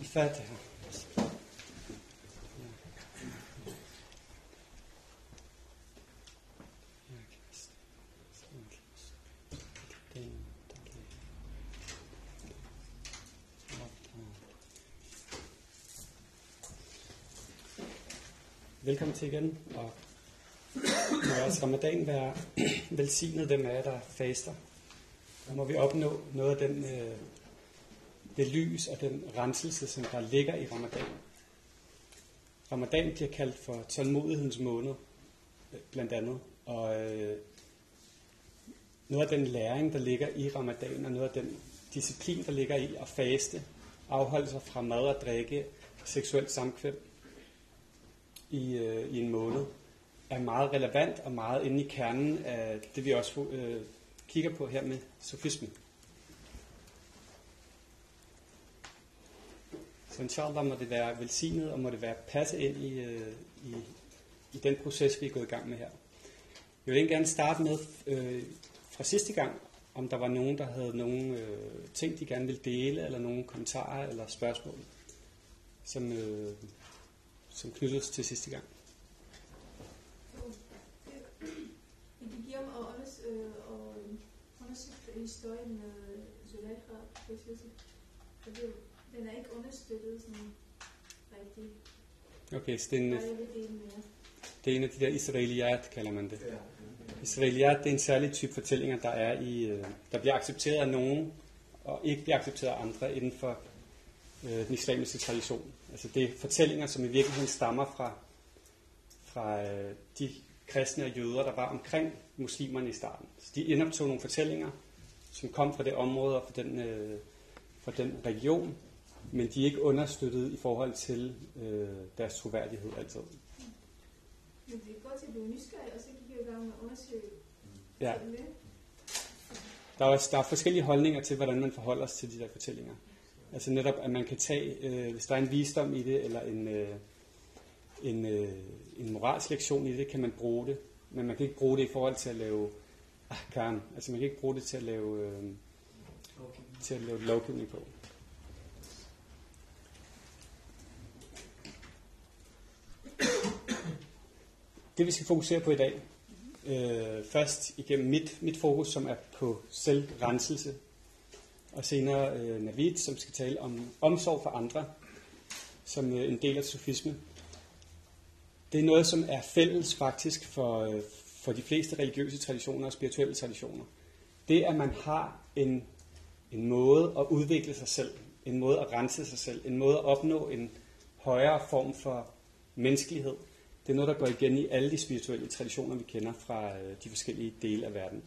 الفاتحة. Velkommen til igen, og må jeres ramadan være velsignet dem af jer, der faster. Og må vi opnå noget af den, det lys og den renselse, som der ligger i ramadan. Ramadan bliver kaldt for tålmodighedens måned, blandt andet. Og noget af den læring, der ligger i ramadan, og noget af den disciplin, der ligger i at faste, afholde sig fra mad og drikke, seksuelt samkvem i en måned, er meget relevant og meget inde i kernen af det, vi også kigger på her med sofismen. Så inshallah må det være velsignet, og må det være passe ind i den proces, vi er gået i gang med her. Jeg vil egentlig gerne starte med fra sidste gang, om der var nogen, der havde nogle ting, de gerne ville dele, eller nogle kommentarer eller spørgsmål, som knyttes til sidste gang. Det giver mig at undersøge historien med Zulaikha, for den er ikke understøttet sådan rigtig. Okay, så det er en af de der israeliyat, kalder man det. Israeliyat, det er en særlig type fortællinger, der bliver accepteret af nogen, og ikke bliver accepteret af andre inden for den islamiske tradition. Altså det er fortællinger, som i virkeligheden stammer fra de kristne og jøder, der var omkring muslimerne i starten. Så de indoptog nogle fortællinger, som kom fra det område og fra den region, men de er ikke understøttet i forhold til deres troværdighed altid. Men det er godt til at blive nysgerrig, og så gik jeg i gang med at undersøge. Ja. Der er forskellige holdninger til, hvordan man forholder sig til de der fortællinger. Altså netop, at man kan tage, hvis der er en visdom i det, eller en moralsk lektion i det, kan man bruge det. Men man kan ikke bruge det i forhold til at lave ahkam. Altså man kan ikke bruge det til at lave lovgivning på. Det vi skal fokusere på i dag, først igennem mit fokus, som er på selvrenselse, og senere Navid, som skal tale om omsorg for andre, som en del af sofisme. Det er noget, som er fælles faktisk for de fleste religiøse traditioner og spirituelle traditioner. Det, at man har en måde at udvikle sig selv, en måde at rense sig selv, en måde at opnå en højere form for menneskelighed, det er noget, der går igen i alle de spirituelle traditioner, vi kender fra de forskellige dele af verden.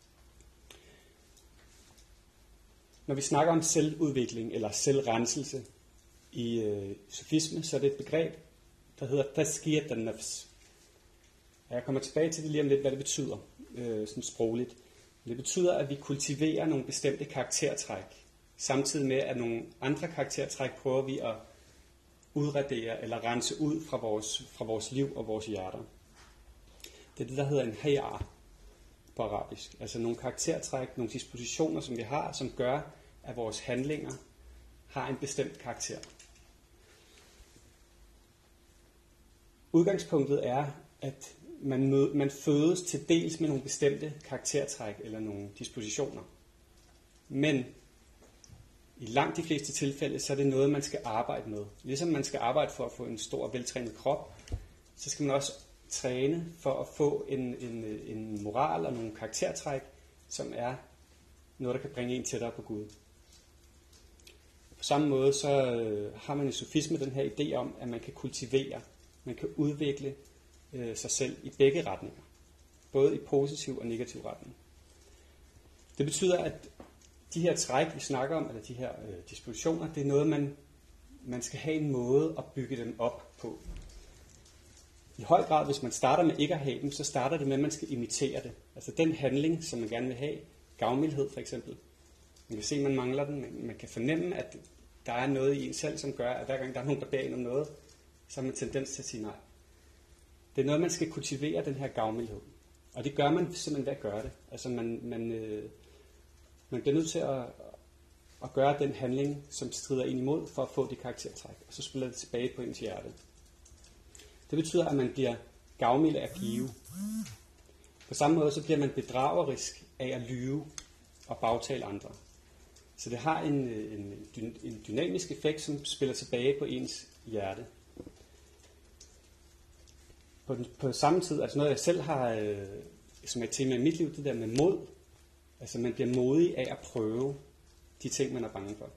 Når vi snakker om selvudvikling eller selvrenselse i sofisme, så er det et begreb, der hedder tazkiyat an-nafs. Jeg kommer tilbage til det lige om lidt, hvad det betyder, sådan sprogligt. Det betyder, at vi kultiverer nogle bestemte karaktertræk, samtidig med, at nogle andre karaktertræk prøver vi at udradere eller rense ud fra vores liv og vores hjerter. Det er det, der hedder en hayar på arabisk. Altså nogle karaktertræk, nogle dispositioner, som vi har, som gør, at vores handlinger har en bestemt karakter. Udgangspunktet er, at man fødes til dels med nogle bestemte karaktertræk eller nogle dispositioner. Men i langt de fleste tilfælde, så er det noget, man skal arbejde med. Ligesom man skal arbejde for at få en stor, veltrænet krop, så skal man også træne for at få en moral og nogle karaktertræk, som er noget, der kan bringe en tættere på Gud. På samme måde så har man i sofisme den her idé om, at man kan kultivere, man kan udvikle sig selv i begge retninger. Både i positiv og negativ retning. Det betyder, at de her træk, vi snakker om, eller de her dispositioner, det er noget, man skal have en måde at bygge dem op på. I høj grad, hvis man starter med ikke at have dem, så starter det med, at man skal imitere det. Altså den handling, som man gerne vil have, gavmildhed for eksempel. Man kan se, at man mangler den. Man kan fornemme, at der er noget i en selv, som gør, at hver gang der er nogen, der beder en om noget, så har man tendens til at sige nej. Det er noget, man skal kultivere, den her gavmildhed. Og det gør man simpelthen ved at gøre det. Altså man bliver nødt til og gøre den handling, som strider ind imod, for at få det karaktertræk. Og så spiller det tilbage på ens hjerte. Det betyder, at man bliver gavmild af at give. På samme måde så bliver man bedragerisk af at lyve og bagtale andre. Så det har en dynamisk effekt, som spiller tilbage på ens hjerte. På samme tid, altså noget jeg selv har som et tema i mit liv, det der med mod. Altså man bliver modig af at prøve de ting, man er bange for.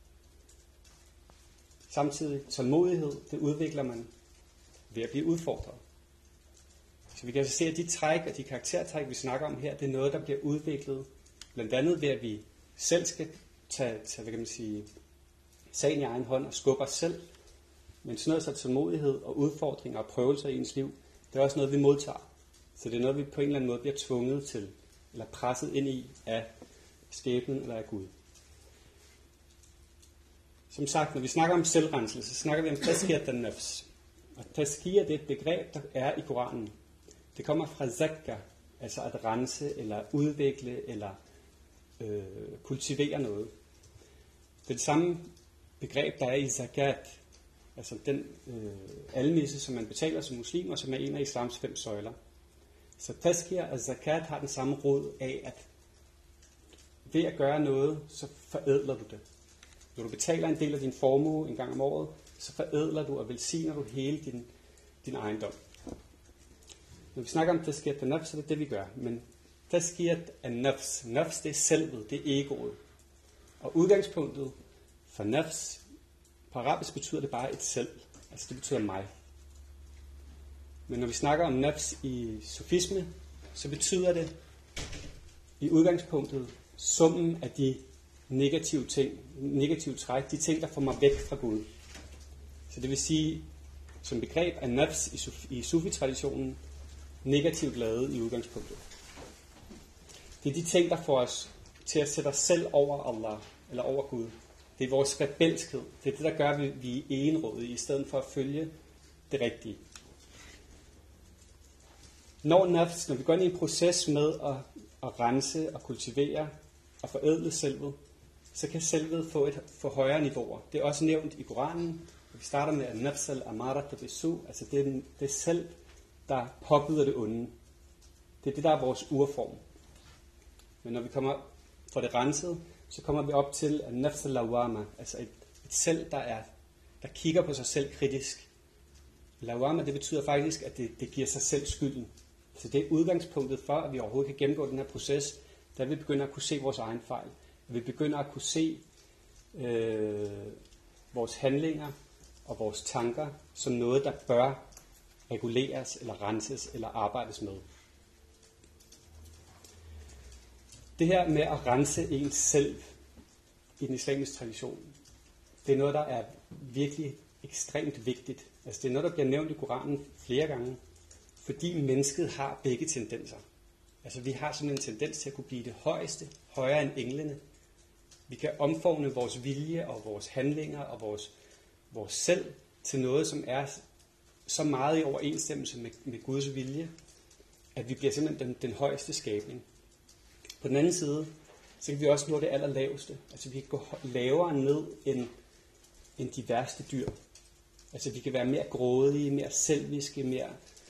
Samtidig tålmodighed, det udvikler man ved at blive udfordret. Så vi kan altså se, at de træk og de karaktertræk, vi snakker om her, det er noget, der bliver udviklet, blandt andet ved, at vi selv skal tage hvad kan man sige, sagen i egen hånd og skubbe os selv. Men sådan noget så tålmodighed og udfordringer og prøvelser i ens liv, det er også noget, vi modtager. Så det er noget, vi på en eller anden måde bliver tvunget til, eller presset ind i af skæbnen eller af Gud. Som sagt, når vi snakker om selvrenselse, så snakker vi om tazkiyat an-nafs. Og tazkiya, det er et begreb, der er i Koranen. Det kommer fra zakka, altså at rense, eller udvikle, eller kultivere noget. Det er det samme begreb, der er i zakat, altså den almisse, som man betaler som muslim, og som er en af islams 5 søjler. Så tazkiya og zakat har den samme rod af, at ved at gøre noget, så forædler du det. Når du betaler en del af din formue en gang om året, så forædler du og velsigner du hele din ejendom. Når vi snakker om tazkiyat an-nafs, så er det det, vi gør. Men tazkiyat an-nafs, nafs det er selvet, det er egoet. Og udgangspunktet for nafs, på arabisk betyder det bare et selv. Altså det betyder mig. Men når vi snakker om nafs i sufisme, så betyder det i udgangspunktet summen af de negative træk, de ting, der får mig væk fra Gud. Så det vil sige, som begreb er nafs i sufi-traditionen negativt lavet i udgangspunktet. Det er de ting, der får os til at sætte os selv over Allah, eller over Gud. Det er vores rebelskhed. Det er det, der gør, at vi er egenrådige, i stedet for at følge det rigtige. Når vi går ind i en proces med at rense og kultivere og forædle selvet, så kan selvet få højere niveauer. Det er også nævnt i Koranen. Vi starter med an-nafs al-amarat bisu, altså det er selv, der påbyder det onde. Det er det, der er vores urform. Men når vi kommer fra det rensede, så kommer vi op til an-nafs al-lawama, altså et selv, der kigger på sig selv kritisk. Lawama, det betyder faktisk, at det giver sig selv skylden. Så det er udgangspunktet for, at vi overhovedet kan gennemgå den her proces, der vi begynder at kunne se vores egen fejl. Vi begynder at kunne se vores handlinger og vores tanker som noget, der bør reguleres eller renses eller arbejdes med. Det her med at rense ens selv i den islamiske tradition, det er noget, der er virkelig ekstremt vigtigt. Altså det er noget, der bliver nævnt i Koranen flere gange, fordi mennesket har begge tendenser. Altså vi har sådan en tendens til at kunne blive det højeste, højere end englene. Vi kan omforme vores vilje og vores handlinger og vores selv til noget, som er så meget i overensstemmelse med Guds vilje, at vi bliver simpelthen den højeste skabning. På den anden side, så kan vi også nå det allerlaveste. Altså vi kan gå lavere ned end de værste dyr. Altså vi kan være mere grådige, mere selviske, mere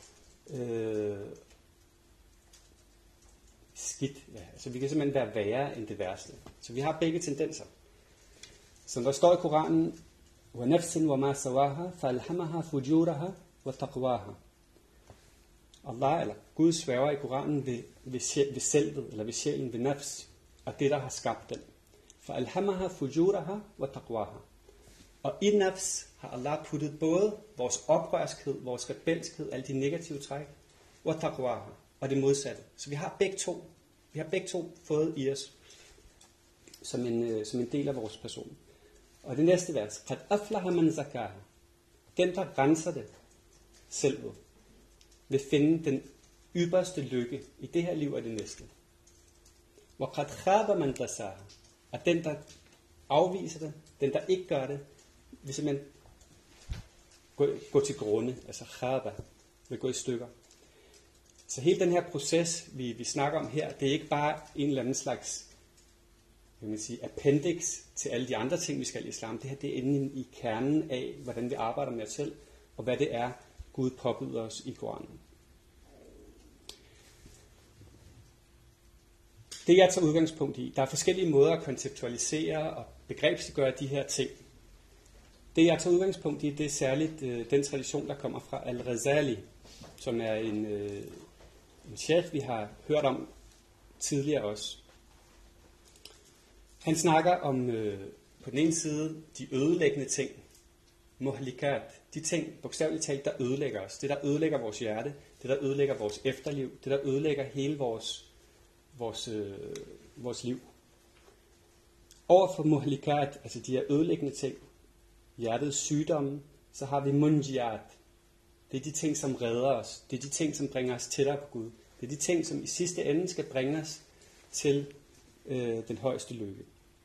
skidt. Ja, altså vi kan simpelthen være værre end det værste. Så vi har begge tendenser. Som der står i Koranen, وَنَفْسٍ وَمَا سَوَاهَا فَأَلْهَمَهَا فُجُورَهَا وَتَقْوَاهَا. Allah, eller Gud, sværger i Koranen ved selvet, eller ved sjælen, ved nafs, og det, der har skabt den. فَأَلْهَمَهَا فُجُورَهَا وَتَقْوَاهَا. Og i nafs har Allah puttet både vores oprørskhed, vores rebelskhed, alle de negative træk, وَتَقْوَاهَا, og det modsatte. Så vi har begge to. Vi har begge to fået i os som en del af vores person. Og det næste vers, قَدْ أَفْلَحَ مَنْ زَكَّاهَا. Den, der renser det selvet, vil finde den ypperste lykke i det her liv og det næste. وَقَدْ خَابَ مَنْ دَسَّاهَا. Og den, der afviser det, den, der ikke gør det, vil simpelthen gå til grunde, altså khaba, vil gå i stykker. Så hele den her proces, vi snakker om her, det er ikke bare en eller anden slags kan man sige, appendix til alle de andre ting, vi skal i islam. Det her, det er inde i kernen af, hvordan vi arbejder med os selv, og hvad det er, Gud påbyder os i Koranen. Det jeg tager udgangspunkt i, der er forskellige måder at konceptualisere og begrebsliggøre de her ting. Det jeg tager udgangspunkt i, det er særligt den tradition, der kommer fra Al-Ghazali, som er en chef, vi har hørt om tidligere også. Han snakker om på den ene side de ødelæggende ting, muhlikat, de ting, bogstaveligt talt, der ødelægger os. Det, der ødelægger vores hjerte, det, der ødelægger vores efterliv, det, der ødelægger hele vores liv. Overfor muhlikat, altså de her ødelæggende ting, hjertets sygdomme, så har vi munjiyat. Det er de ting, som redder os. Det er de ting, som bringer os tættere på Gud. Det er de ting, som i sidste ende skal bringe os til den højeste lykke.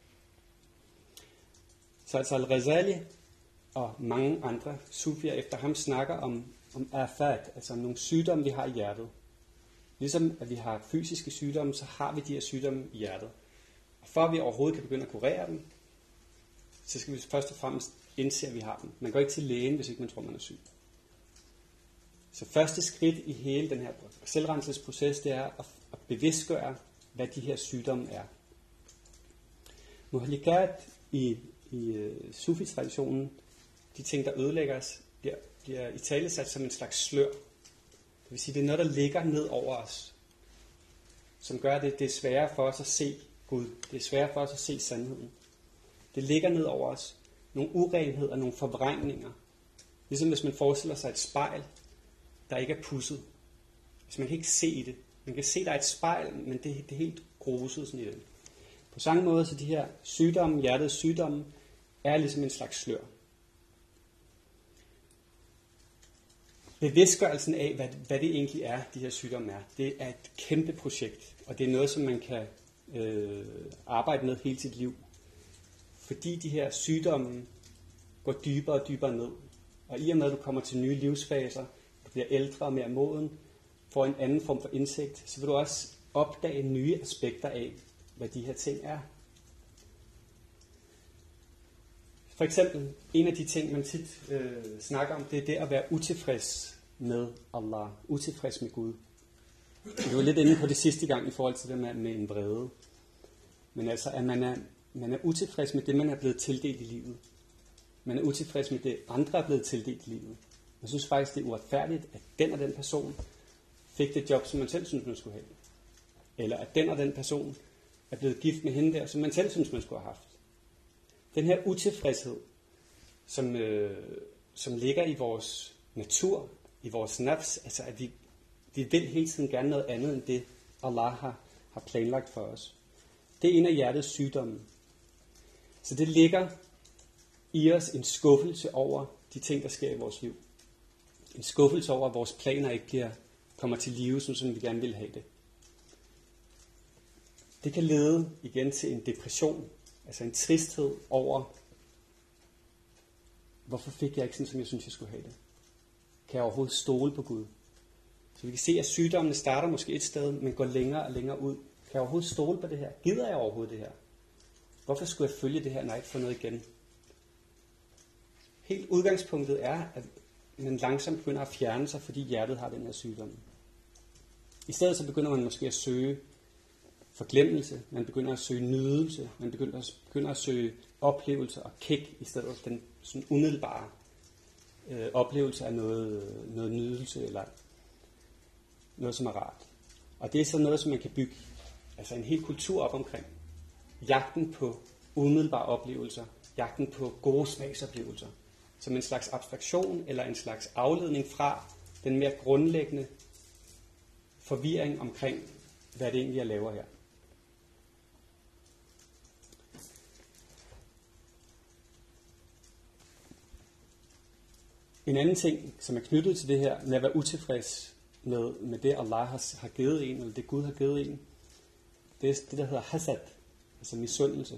Så altså Al-Ghazali og mange andre sufier efter ham snakker om afat, altså om nogle sygdomme, vi har i hjertet. Ligesom at vi har fysiske sygdomme, så har vi de her sygdomme i hjertet. Og for at vi overhovedet kan begynde at kurere dem, så skal vi først og fremmest indse, at vi har dem. Man går ikke til lægen, hvis ikke man tror, man er syg. Så første skridt i hele den her selvrenselsesproces, det er at bevidstgøre, hvad de her sygdomme er. Muhlikat i sufi-traditionen, de ting, der ødelægger os, bliver italesat som en slags slør. Det vil sige, det er noget, der ligger ned over os, som gør det er sværere for os at se Gud. Det er sværere for os at se sandheden. Det ligger ned over os. Nogle urenheder, nogle forvrængninger. Ligesom hvis man forestiller sig et spejl, der ikke er pudset. Hvis man kan ikke se det. Man kan se, at der er et spejl, men det er helt gruset sådan i det. På samme måde, så de her sygdomme, hjertets sygdomme, er ligesom en slags slør. Bevidstgørelsen af, hvad det egentlig er, de her sygdomme er, det er et kæmpe projekt. Og det er noget, som man kan arbejde med hele sit liv. Fordi de her sygdomme går dybere og dybere ned. Og i og med, at du kommer til nye livsfaser, du bliver ældre og mere moden, får en anden form for indsigt, så vil du også opdage nye aspekter af, hvad de her ting er. For eksempel, en af de ting, man tit snakker om, det er det at være utilfreds med Allah, utilfreds med Gud. Vi var lidt inde på det sidste gang i forhold til det med en vrede. Men altså, at man er utilfreds med det, man er blevet tildelt i livet. Man er utilfreds med det, andre er blevet tildelt i livet. Man synes faktisk, det er uretfærdigt, at den og den person fik det job, som man selv synes, man skulle have. Eller at den og den person er blevet gift med hende der, som man selv synes, man skulle have haft. Den her utilfredshed, som ligger i vores natur, i vores nafs, altså at vi vil hele tiden gerne noget andet end det, Allah har planlagt for os. Det er en af hjertets sygdomme. Så det ligger i os en skuffelse over de ting, der sker i vores liv. En skuffelse over, at vores planer ikke kommer til live, som vi gerne vil have det. Det kan lede igen til en depression, altså en tristhed over, hvorfor fik jeg ikke sådan, som jeg synes, jeg skulle have det? Kan jeg overhovedet stole på Gud? Så vi kan se, at sygdommene starter måske et sted, men går længere og længere ud. Kan jeg overhovedet stole på det her? Gider jeg overhovedet det her? Hvorfor skulle jeg følge det her, når jeg ikke får noget igen? Helt udgangspunktet er, at man langsomt begynder at fjerne sig, fordi hjertet har den her sygdom. I stedet så begynder man måske at søge forglemmelse, man begynder at søge nydelse, man begynder at søge oplevelse og kick, i stedet for den sådan umiddelbare oplevelse af noget nydelse, eller noget, som er rart. Og det er sådan noget, som man kan bygge altså en hel kultur op omkring. Jagten på umiddelbare oplevelser, jagten på gode smagsoplevelser, som en slags abstraktion eller en slags afledning fra den mere grundlæggende forvirring omkring, hvad det egentlig jeg laver her. En anden ting, som er knyttet til det her, med at være utilfreds med det, Allah har givet en, eller det Gud har givet en, det er det, der hedder hasad, altså misundelse.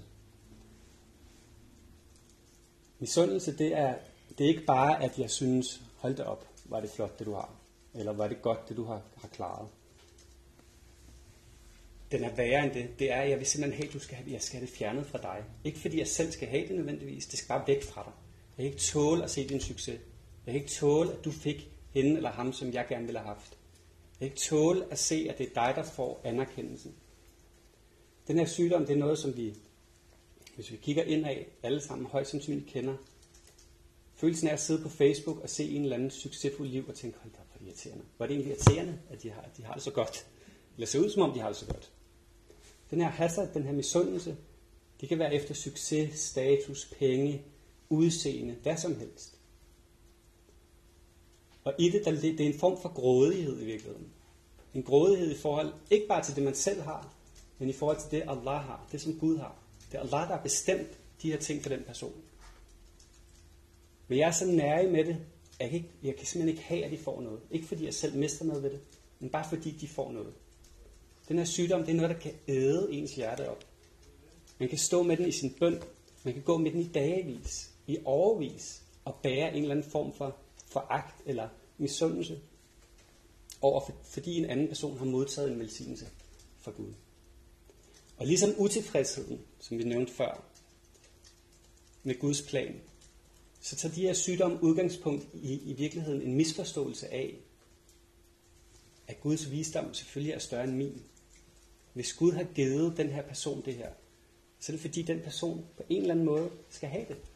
Misundelse, det er ikke bare, at jeg synes, hold da op, var det flot, det du har, eller var det godt, det du har klaret. den er værre end det. Det er, at jeg vil simpelthen have, at jeg skal have det fjernet fra dig. Ikke fordi jeg selv skal have det nødvendigvis. Det skal bare væk fra dig. Jeg kan ikke tåle at se din succes. Jeg kan ikke tåle, at du fik hende eller ham, som jeg gerne ville have haft. Jeg kan ikke tåle at se, at det er dig, der får anerkendelsen. Den her sygdom, det er noget, som vi, hvis vi kigger indad, alle sammen højst sandsynligt kender. Følelsen af at sidde på Facebook og se en eller anden succesfuld liv og tænke, hold da, hvor irriterende. Hvor er det egentlig irriterende, at de har det så godt? Eller ser ud som om, de har det så godt. Den her hasad, den her misundelse, det kan være efter succes, status, penge, udseende, hvad som helst. Og i det er en form for grådighed i virkeligheden. En grådighed i forhold, ikke bare til det, man selv har, men i forhold til det, Allah har, det som Gud har. Det er Allah, der har bestemt de her ting for den person. Men jeg er så nærig med det, at jeg kan simpelthen ikke have, at de får noget. Ikke fordi jeg selv mister noget ved det, men bare fordi de får noget. Den her sygdom, det er noget, der kan æde ens hjerte op. Man kan stå med den i sin bøn. Man kan gå med den i dagevis, i årevis, og bære en eller anden form for foragt eller misundelse over, fordi en anden person har modtaget en velsignelse fra Gud. Og ligesom utilfredsheden, som vi nævnte før, med Guds plan, så tager de her sygdomme udgangspunkt i virkeligheden en misforståelse af, at Guds visdom selvfølgelig er større end min. Hvis Gud har givet den her person det her, så er det fordi den person på en eller anden måde skal have det.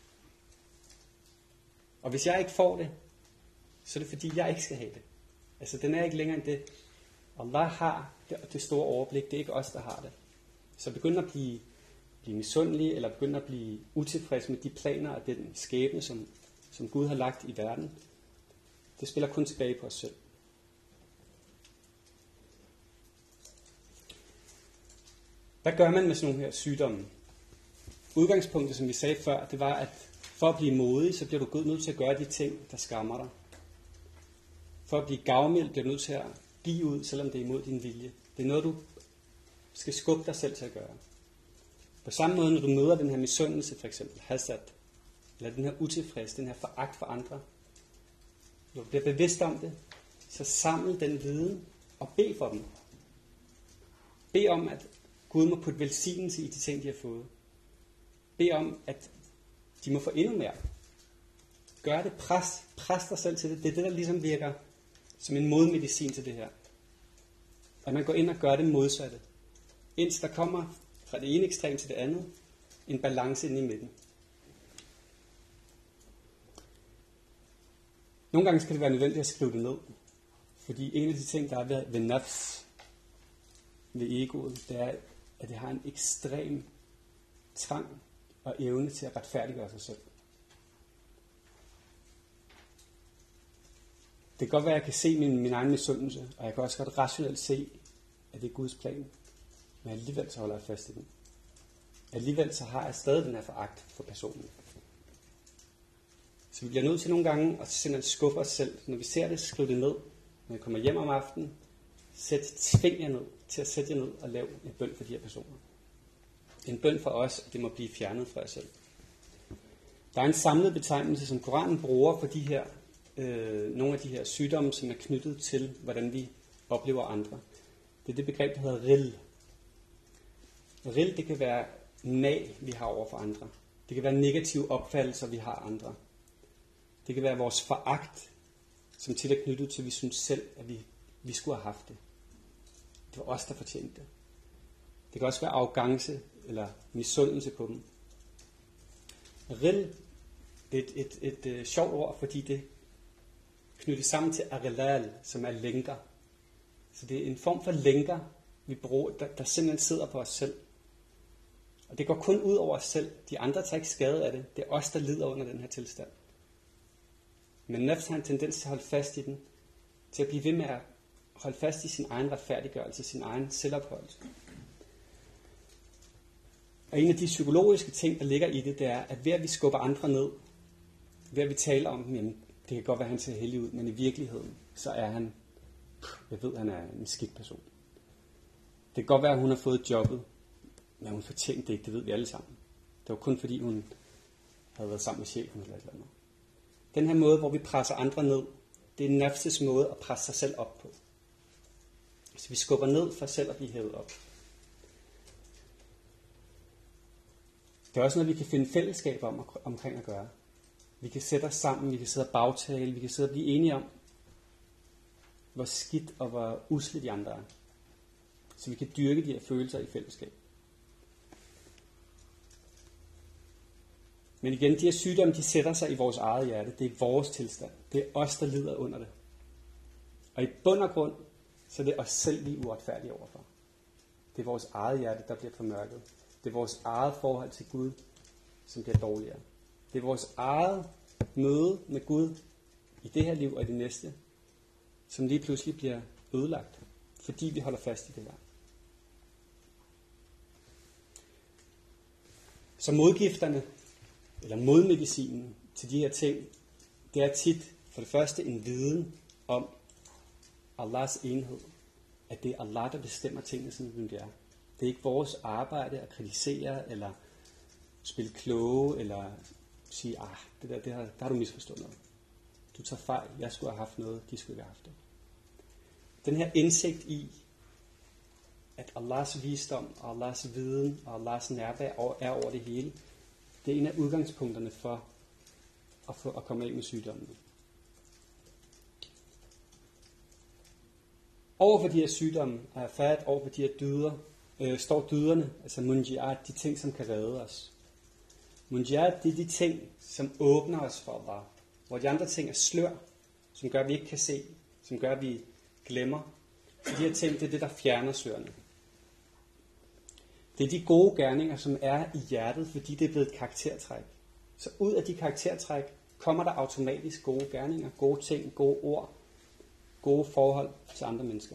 Og hvis jeg ikke får det, så er det fordi jeg ikke skal have det. Altså den er ikke længere end det. Allah har det store overblik, det er ikke os, der har det. Så begynd at blive misundelig, eller begynd at blive utilfreds med de planer og den skæbne, som Gud har lagt i verden. Det spiller kun tilbage på os selv. Hvad gør man med sådan nogle her sygdomme? Udgangspunktet, som vi sagde før, det var, at for at blive modig, så bliver du nødt til at gøre de ting, der skammer dig. For at blive gavmild, bliver du nødt til at give ud, selvom det er imod din vilje. Det er noget, du skal skubbe dig selv til at gøre. På samme måde, når du møder den her misundelse, for eksempel hasad, eller den her utilfreds, den her foragt for andre, når du bliver bevidst om det, så samle den viden og bed for dem. Bed om, at Gud må putte velsignelse i de ting, de har fået. Bed om, at de må få endnu mere. Gør det, pres dig selv til det. Det er det, der ligesom virker som en modmedicin til det her. At man går ind og gør det modsatte. Indtil der kommer fra det ene ekstrem til det andet, en balance inde i midten. Nogle gange skal det være nødvendigt at skrive det ned. Fordi en af de ting, der er ved nafs, ved egoet, det er, at det har en ekstrem trang og evne til at retfærdiggøre sig selv. Det kan godt være, at jeg kan se min egen misundelse, og jeg kan også godt rationelt se, at det er Guds plan. Men alligevel så holder jeg fast i den. Alligevel så har jeg stadig den her foragt for personen. Så vi bliver nødt til nogle gange at simpelthen skuffe os selv. Når vi ser det, skriv det ned. Når vi kommer hjem om aftenen, tving jer ned til at sætte jer ned og lave en bøn for de her personer. En bøn for os, at det må blive fjernet fra os selv. Der er en samlet betegnelse, som Koranen bruger for de her, nogle af de her sygdomme, som er knyttet til, hvordan vi oplever andre. Det er det begreb, der hedder ril. Ril, det kan være nag, vi har over for andre. Det kan være negative opfattelser, vi har andre. Det kan være vores foragt, som tit er knyttet til, at vi synes selv, at vi skulle have haft det. Det var os, der fortjente det. Det kan også være arrogance eller misundelse på dem. Ril er et sjovt ord, fordi det knyttes sammen til arilal, som er lænker. Så det er en form for lænker, vi bruger, der simpelthen sidder på os selv. Og det går kun ud over os selv. De andre tager ikke skade af det. Det er os, der lider under den her tilstand. Men nafs har en tendens til at holde fast i den. Til at blive ved med at holde fast i sin egen retfærdiggørelse, sin egen selvophøjelse. Og en af de psykologiske ting, der ligger i det, det er, at ved at vi skubber andre ned, ved at vi taler om dem, jamen, det kan godt være, at han ser heldig ud, men i virkeligheden, så er han, jeg ved, han er en skidt person. Det kan godt være, at hun har fået jobbet, men hun fortjente det ikke, det ved vi alle sammen. Det var kun fordi, hun havde været sammen med chefen eller et eller andet. Den her måde, hvor vi presser andre ned, det er nafses måde at presse sig selv op på. Så vi skubber ned for selv at blive hævet op. Det er også noget, vi kan finde fællesskab omkring at gøre. Vi kan sætte os sammen, vi kan sidde og bagtale, vi kan sidde og blive enige om, hvor skidt og hvor usle de andre er. Så vi kan dyrke de her følelser i fællesskab. Men igen, de her sygdomme, de sætter sig i vores eget hjerte. Det er vores tilstand. Det er os, der lider under det. Og i bund og grund, så er det os selv, vi er uretfærdige overfor. Det er vores eget hjerte, der bliver formørket. Det er vores eget forhold til Gud, som bliver dårligere. Det er vores eget møde med Gud i det her liv og i det næste, som lige pludselig bliver ødelagt, fordi vi holder fast i det her. Så modgifterne, eller modmedicinen til de her ting, det er tit for det første en viden om Allahs enhed. At det er Allah, der bestemmer tingene, som de er. Det er ikke vores arbejde at kritisere, eller spille kloge, eller sige, der har du misforstået noget. Du tager fejl, jeg skulle have haft noget, de skulle ikke have haft det. Den her indsigt i, at Allahs visdom, og Allahs viden, og Allahs nærvær er over det hele, det er en af udgangspunkterne for at komme af med sygdommen. Over for de her sygdomme, over for de her dyder, står dyderne, altså munjiat, de ting, som kan redde os. Munjiat, det er de ting, som åbner os for Allah. Hvor de andre ting er slør, som gør, at vi ikke kan se, som gør, at vi glemmer. Så de her ting, det er det, der fjerner slørene. Det er de gode gerninger, som er i hjertet, fordi det er blevet et karaktertræk. Så ud af de karaktertræk kommer der automatisk gode gerninger, gode ting, gode ord, gode forhold til andre mennesker.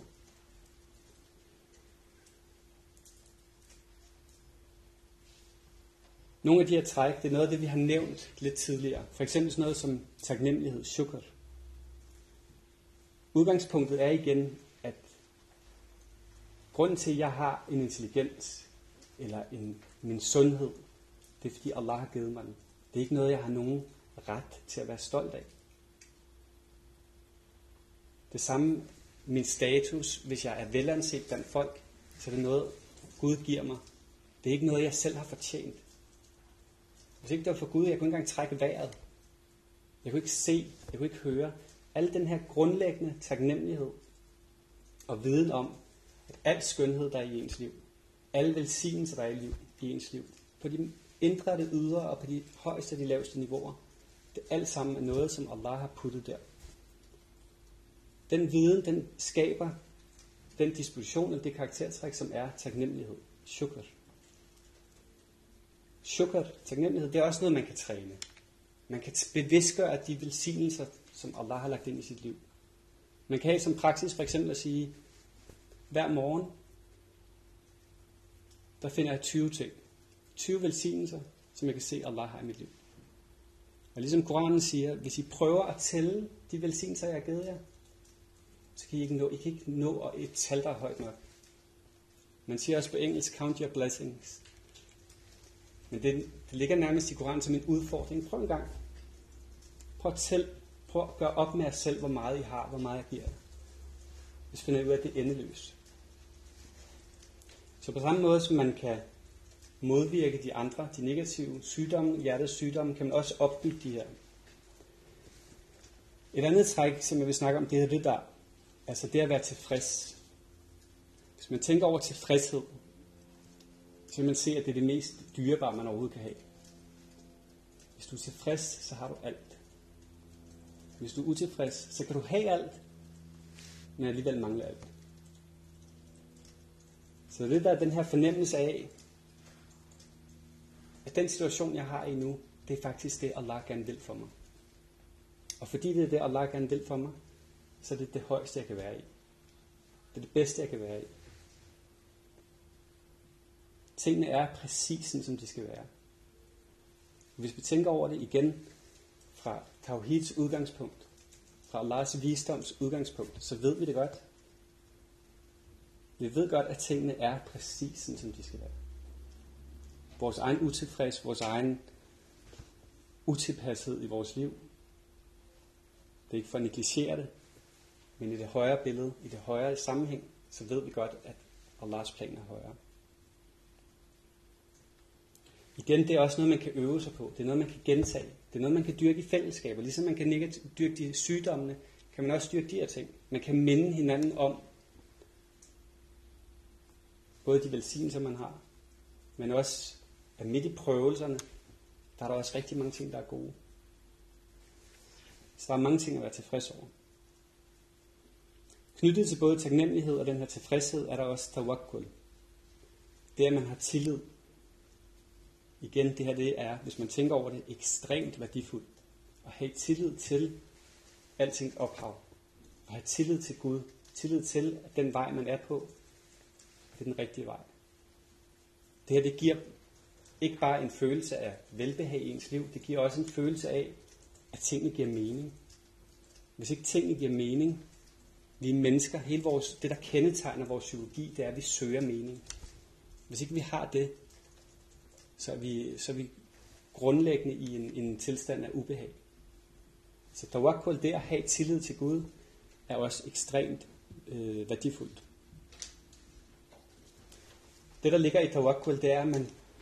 Nogle af de her træk, det er noget af det, vi har nævnt lidt tidligere. For eksempel sådan noget som taknemmelighed, shukr. Udgangspunktet er igen, at grunden til, at jeg har en intelligens, eller min sundhed, det er fordi Allah har givet mig den. Det er ikke noget, jeg har nogen ret til at være stolt af. Det samme min status, hvis jeg er velanset blandt folk, så er det noget, Gud giver mig. Det er ikke noget, jeg selv har fortjent. Hvis ikke det var for Gud, jeg kunne ikke engang trække vejret. Jeg kunne ikke se, jeg kunne ikke høre. Al den her grundlæggende taknemmelighed og viden om, at al skønhed, der er i ens liv, alle velsignelser, der er i ens liv, på de indre og det ydre og på de højeste og de laveste niveauer, det alt sammen er noget, som Allah har puttet der. Den viden, den skaber den disposition eller det karaktertræk, som er taknemmelighed. Shukr. Shukr, taknemmelighed, det er også noget, man kan træne. Man kan bevidstgøre de velsignelser, som Allah har lagt ind i sit liv. Man kan have som praksis for eksempel at sige, hver morgen, der finder jeg 20 ting. 20 velsignelser, som jeg kan se, Allah har i mit liv. Og ligesom Koranen siger, hvis I prøver at tælle de velsignelser, jeg har givet jer, så kan I ikke nå et tal, der er højt nok. Man siger også på engelsk, count your blessings. Men det ligger nærmest i Koranen som en udfordring. Prøv en gang. Prøv at tælle. Prøv at gøre op med jer selv, hvor meget I har, hvor meget jeg giver jer. Hvis I finder ud af, at det er endeløst. Så på samme måde, som man kan modvirke de andre, de negative sygdomme, hjertets sygdomme, kan man også opbygge de her. Et andet træk, som jeg vil snakke om, det er det der. Altså det at være tilfreds. Hvis man tænker over tilfredshed, så vil man se, at det er det mest dyrebare, man overhovedet kan have. Hvis du er tilfreds, så har du alt. Hvis du er utilfreds, så kan du have alt, men alligevel mangle alt. Så det der er den her fornemmelse af, at den situation, jeg har i nu, det er faktisk det, Allah gerne vil for mig. Og fordi det er det, Allah gerne vil for mig, så er det det højeste, jeg kan være i. Det er det bedste, jeg kan være i. Tingene er præcis sådan, som de skal være. Hvis vi tænker over det igen fra Tawhids udgangspunkt, fra Allahs visdoms udgangspunkt, så ved vi det godt. Vi ved godt, at tingene er præcis sådan, som de skal være. Vores egen utilfreds, vores egen utilpashed i vores liv. Det er ikke for at negligere det, men i det højere billede, i det højere sammenhæng, så ved vi godt, at Allahs plan er højere. I Igen, det er også noget, man kan øve sig på. Det er noget, man kan gentage. Det er noget, man kan dyrke i fællesskaber. Ligesom man kan dyrke de sygdommene, kan man også dyrke de her ting. Man kan minde hinanden om både de velsignelser, man har, men også, at midt i prøvelserne, der er der også rigtig mange ting, der er gode. Så der er mange ting at være tilfreds over. Knyttet til både taknemmelighed og den her tilfredshed, er der også tawakkul. Det er, at man har tillid. Igen, det her det er, hvis man tænker over det, ekstremt værdifuldt. At have tillid til altings ophav. At have tillid til Gud. Tillid til, at den vej, man er på, det er den rigtige vej. Det her, det giver ikke bare en følelse af velbehag i ens liv, det giver også en følelse af, at tingene giver mening. Hvis ikke tingene giver mening, vi er mennesker, det der kendetegner vores psykologi, det er, at vi søger mening. Hvis ikke vi har det, så er vi grundlæggende i en tilstand af ubehag. Så tawakkul, det at have tillid til Gud, er også ekstremt værdifuldt. Det, der ligger i tawakkul, det er, at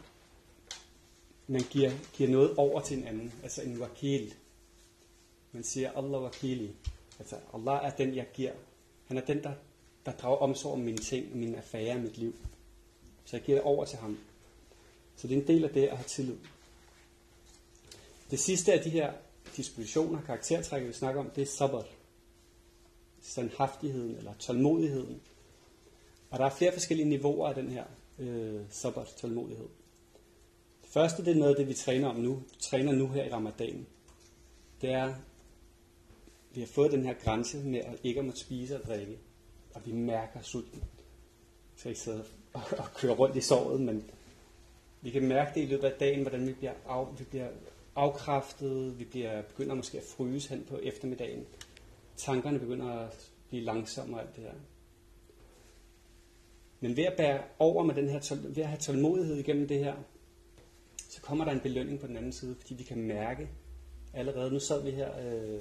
man giver noget over til en anden. Altså en wakil. Man siger, Allah wakili. Altså, Allah er den, jeg giver. Han er den, der drager omsorg om mine ting, mine affærer, mit liv. Så jeg giver det over til ham. Så det er en del af det at have tillid. Det sidste af de her dispositioner, karaktertræk, vi snakker om, det er sabr. Standhaftigheden eller tålmodigheden. Og der er flere forskellige niveauer af den her sabr, tålmodighed. Det første, det er noget af det, vi træner nu her i Ramadan. Det er, vi har fået den her grænse med at ikke at måtte spise og drikke. Og vi mærker sulten. Så ikke sidde og køre rundt i såret, men vi kan mærke det i løbet af dagen, hvordan vi bliver afkræftet, vi begynder måske at fryse hen på eftermiddagen. Tankerne begynder at blive langsomme og alt det her. Men ved at bære over med den her, ved at have tålmodighed igennem det her, så kommer der en belønning på den anden side, fordi vi kan mærke allerede, nu sad vi her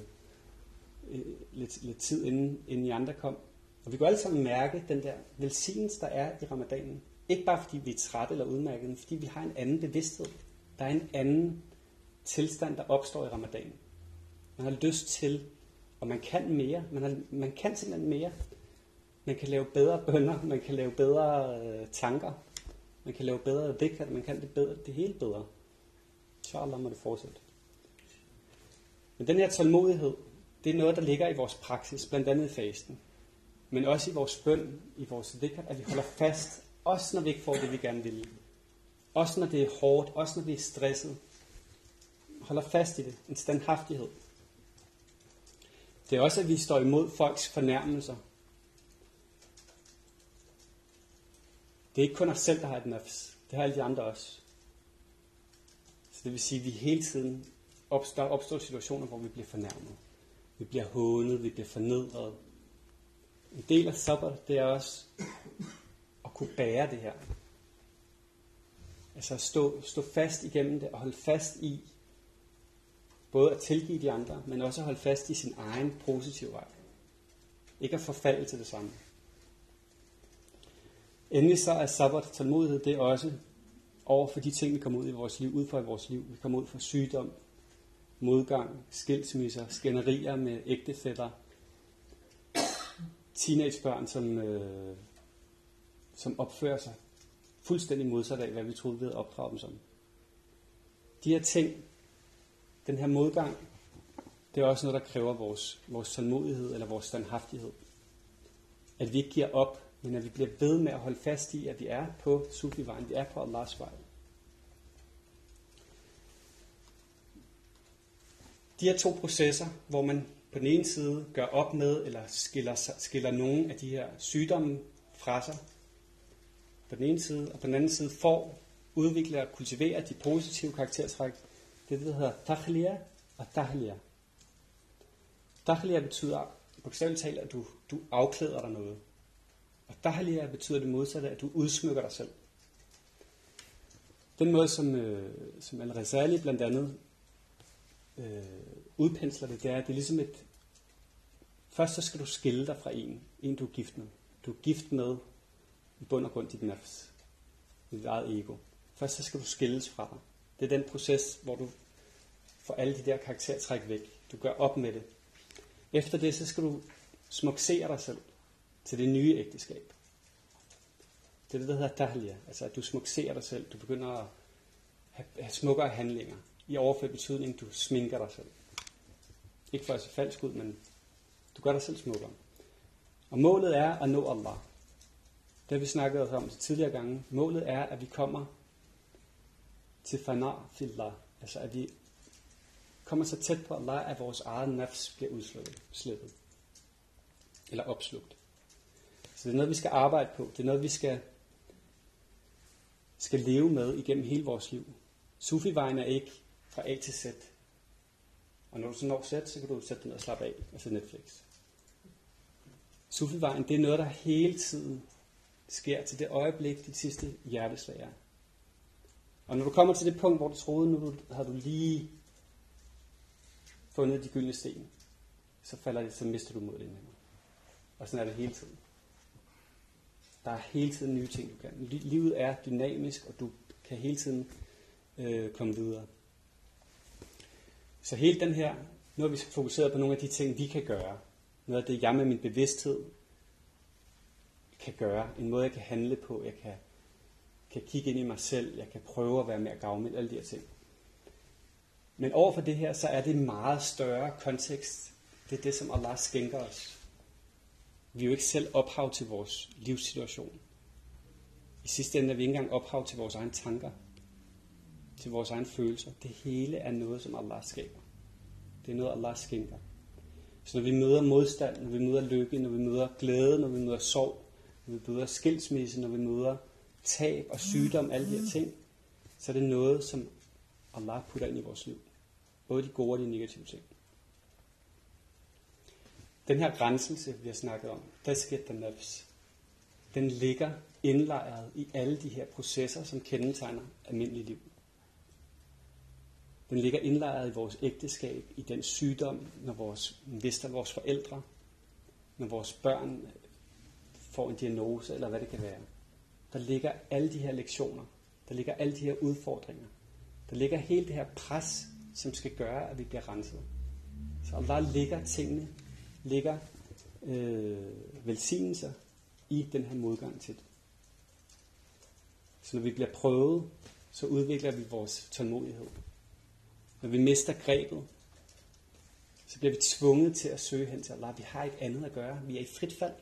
lidt tid inden I andre kom, og vi kan alle sammen mærke den der velsignelse, der er i ramadanen. Ikke bare fordi vi er trætte eller udmærket, men fordi vi har en anden bevidsthed. Der er en anden tilstand, der opstår i ramadanen. Man har lyst til, og man kan mere. Man kan simpelthen mere. Man kan lave bedre bønner, man kan lave bedre tanker, man kan lave bedre dhikr, man kan det hele bedre. Inshallah må det fortsætte. Men den her tålmodighed, det er noget, der ligger i vores praksis, blandt andet i fasten. Men også i vores bøn, i vores dhikr, at vi holder fast, også når vi ikke får det, vi gerne vil. Også når det er hårdt, også når vi er stresset. Holder fast i det, en standhaftighed. Det er også, at vi står imod folks fornærmelser. Det er ikke kun os selv, der har et nafs. Det har alle de andre også. Så det vil sige, at vi hele tiden opstår situationer, hvor vi bliver fornærmet. Vi bliver hånet, vi bliver fornedret. En del af sabr, det er også at kunne bære det her. Altså at stå fast igennem det og holde fast i både at tilgive de andre, men også at holde fast i sin egen positive vej. Ikke at forfalde til det samme. Endelig så er sabr, tålmodighed, det er også over for de ting, vi kommer ud i vores liv, ud fra i vores liv. Vi kommer ud fra sygdom, modgang, skilsmisser, skænderier med ægtefæller, teenagebørn, som opfører sig fuldstændig modsat af, hvad vi troede, vi havde opdraget dem som. De her ting, den her modgang, det er også noget, der kræver vores tålmodighed eller vores standhaftighed. At vi ikke giver op, men at vi bliver ved med at holde fast i, at vi er på Sufi-vejen, vi er på Allahs vej. De her to processer, hvor man på den ene side gør op med, eller skiller nogle af de her sygdomme fra sig, på den ene side, og på den anden side udvikler og kultiverer de positive karaktertræk. Det der hedder takhliya og tahliya. Takhliya betyder bogstaveligt talt, at du afklæder dig noget. Og tahliya betyder det modsatte, at du udsmykker dig selv. Den måde, som Al-Ghazali blandt andet udpensler det, det er ligesom først så skal du skille dig fra en du er gift med. Du er gift med i bund og grund dit nafs, dit eget ego. Først så skal du skilles fra dig. Det er den proces, hvor du får alle de der karaktertræk væk. Du gør op med det. Efter det, så skal du smuksere dig selv til det nye ægteskab. Det er det, der hedder tahliya. Altså at du smukserer dig selv. Du begynder at have smukkere handlinger. I overført betydning, du sminker dig selv. Ikke for at se falsk ud, men du gør dig selv smukkere. Og målet er at nå Allah. Det har vi snakket om tidligere gange. Målet er, at vi kommer til fana fillah. Altså at vi kommer så tæt på Allah, at vores eget nafs bliver udslettet. Eller opslugt. Så det er noget, vi skal arbejde på. Det er noget, vi skal leve med igennem hele vores liv. Sufi-vejen er ikke fra A til Z. Og når du så når Z, så kan du sætte den og slappe af og se Netflix. Sufi-vejen, det er noget, der hele tiden sker til det øjeblik, dit sidste hjerteslag er. Og når du kommer til det punkt, hvor du troede, nu har du lige fundet de gyldne sten, så mister du modet ind. Og sådan er det hele tiden. Der er hele tiden nye ting, du kan. Livet er dynamisk, og du kan hele tiden komme videre. Så hele den her, nu har vi fokuseret på nogle af de ting, vi kan gøre. Noget af det, jeg med min bevidsthed kan gøre. En måde, jeg kan handle på. Jeg kan kigge ind i mig selv. Jeg kan prøve at være mere gavmild. Alle de her ting. Men overfor det her, så er det meget større kontekst. Det er det, som Allah skænker os. Vi er jo ikke selv ophav til vores livssituation. I sidste ende er vi ikke engang ophav til vores egne tanker. Til vores egne følelser. Det hele er noget, som Allah skaber. Det er noget, Allah skænker. Så når vi møder modstand, når vi møder lykke, når vi møder glæde, når vi møder sorg, når vi møder skilsmisse, når vi møder tab og sygdom, alle de her ting, så er det noget, som Allah putter ind i vores liv. Både de gode og de negative ting. Den her grænselse, vi har snakket om, den ligger indlejret i alle de her processer, som kendetegner almindelig liv. Den ligger indlejret i vores ægteskab, i den sygdom, når mister vores forældre, når vores børn får en diagnose, eller hvad det kan være. Der ligger alle de her lektioner, der ligger alle de her udfordringer, der ligger hele det her pres, som skal gøre, at vi bliver renset. Så Allah ligger velsignelser i den her modgang til det. Så når vi bliver prøvet, så udvikler vi vores tålmodighed. Når vi mister grebet, så bliver vi tvunget til at søge hen til Allah. Vi har ikke andet at gøre. Vi er i frit fald.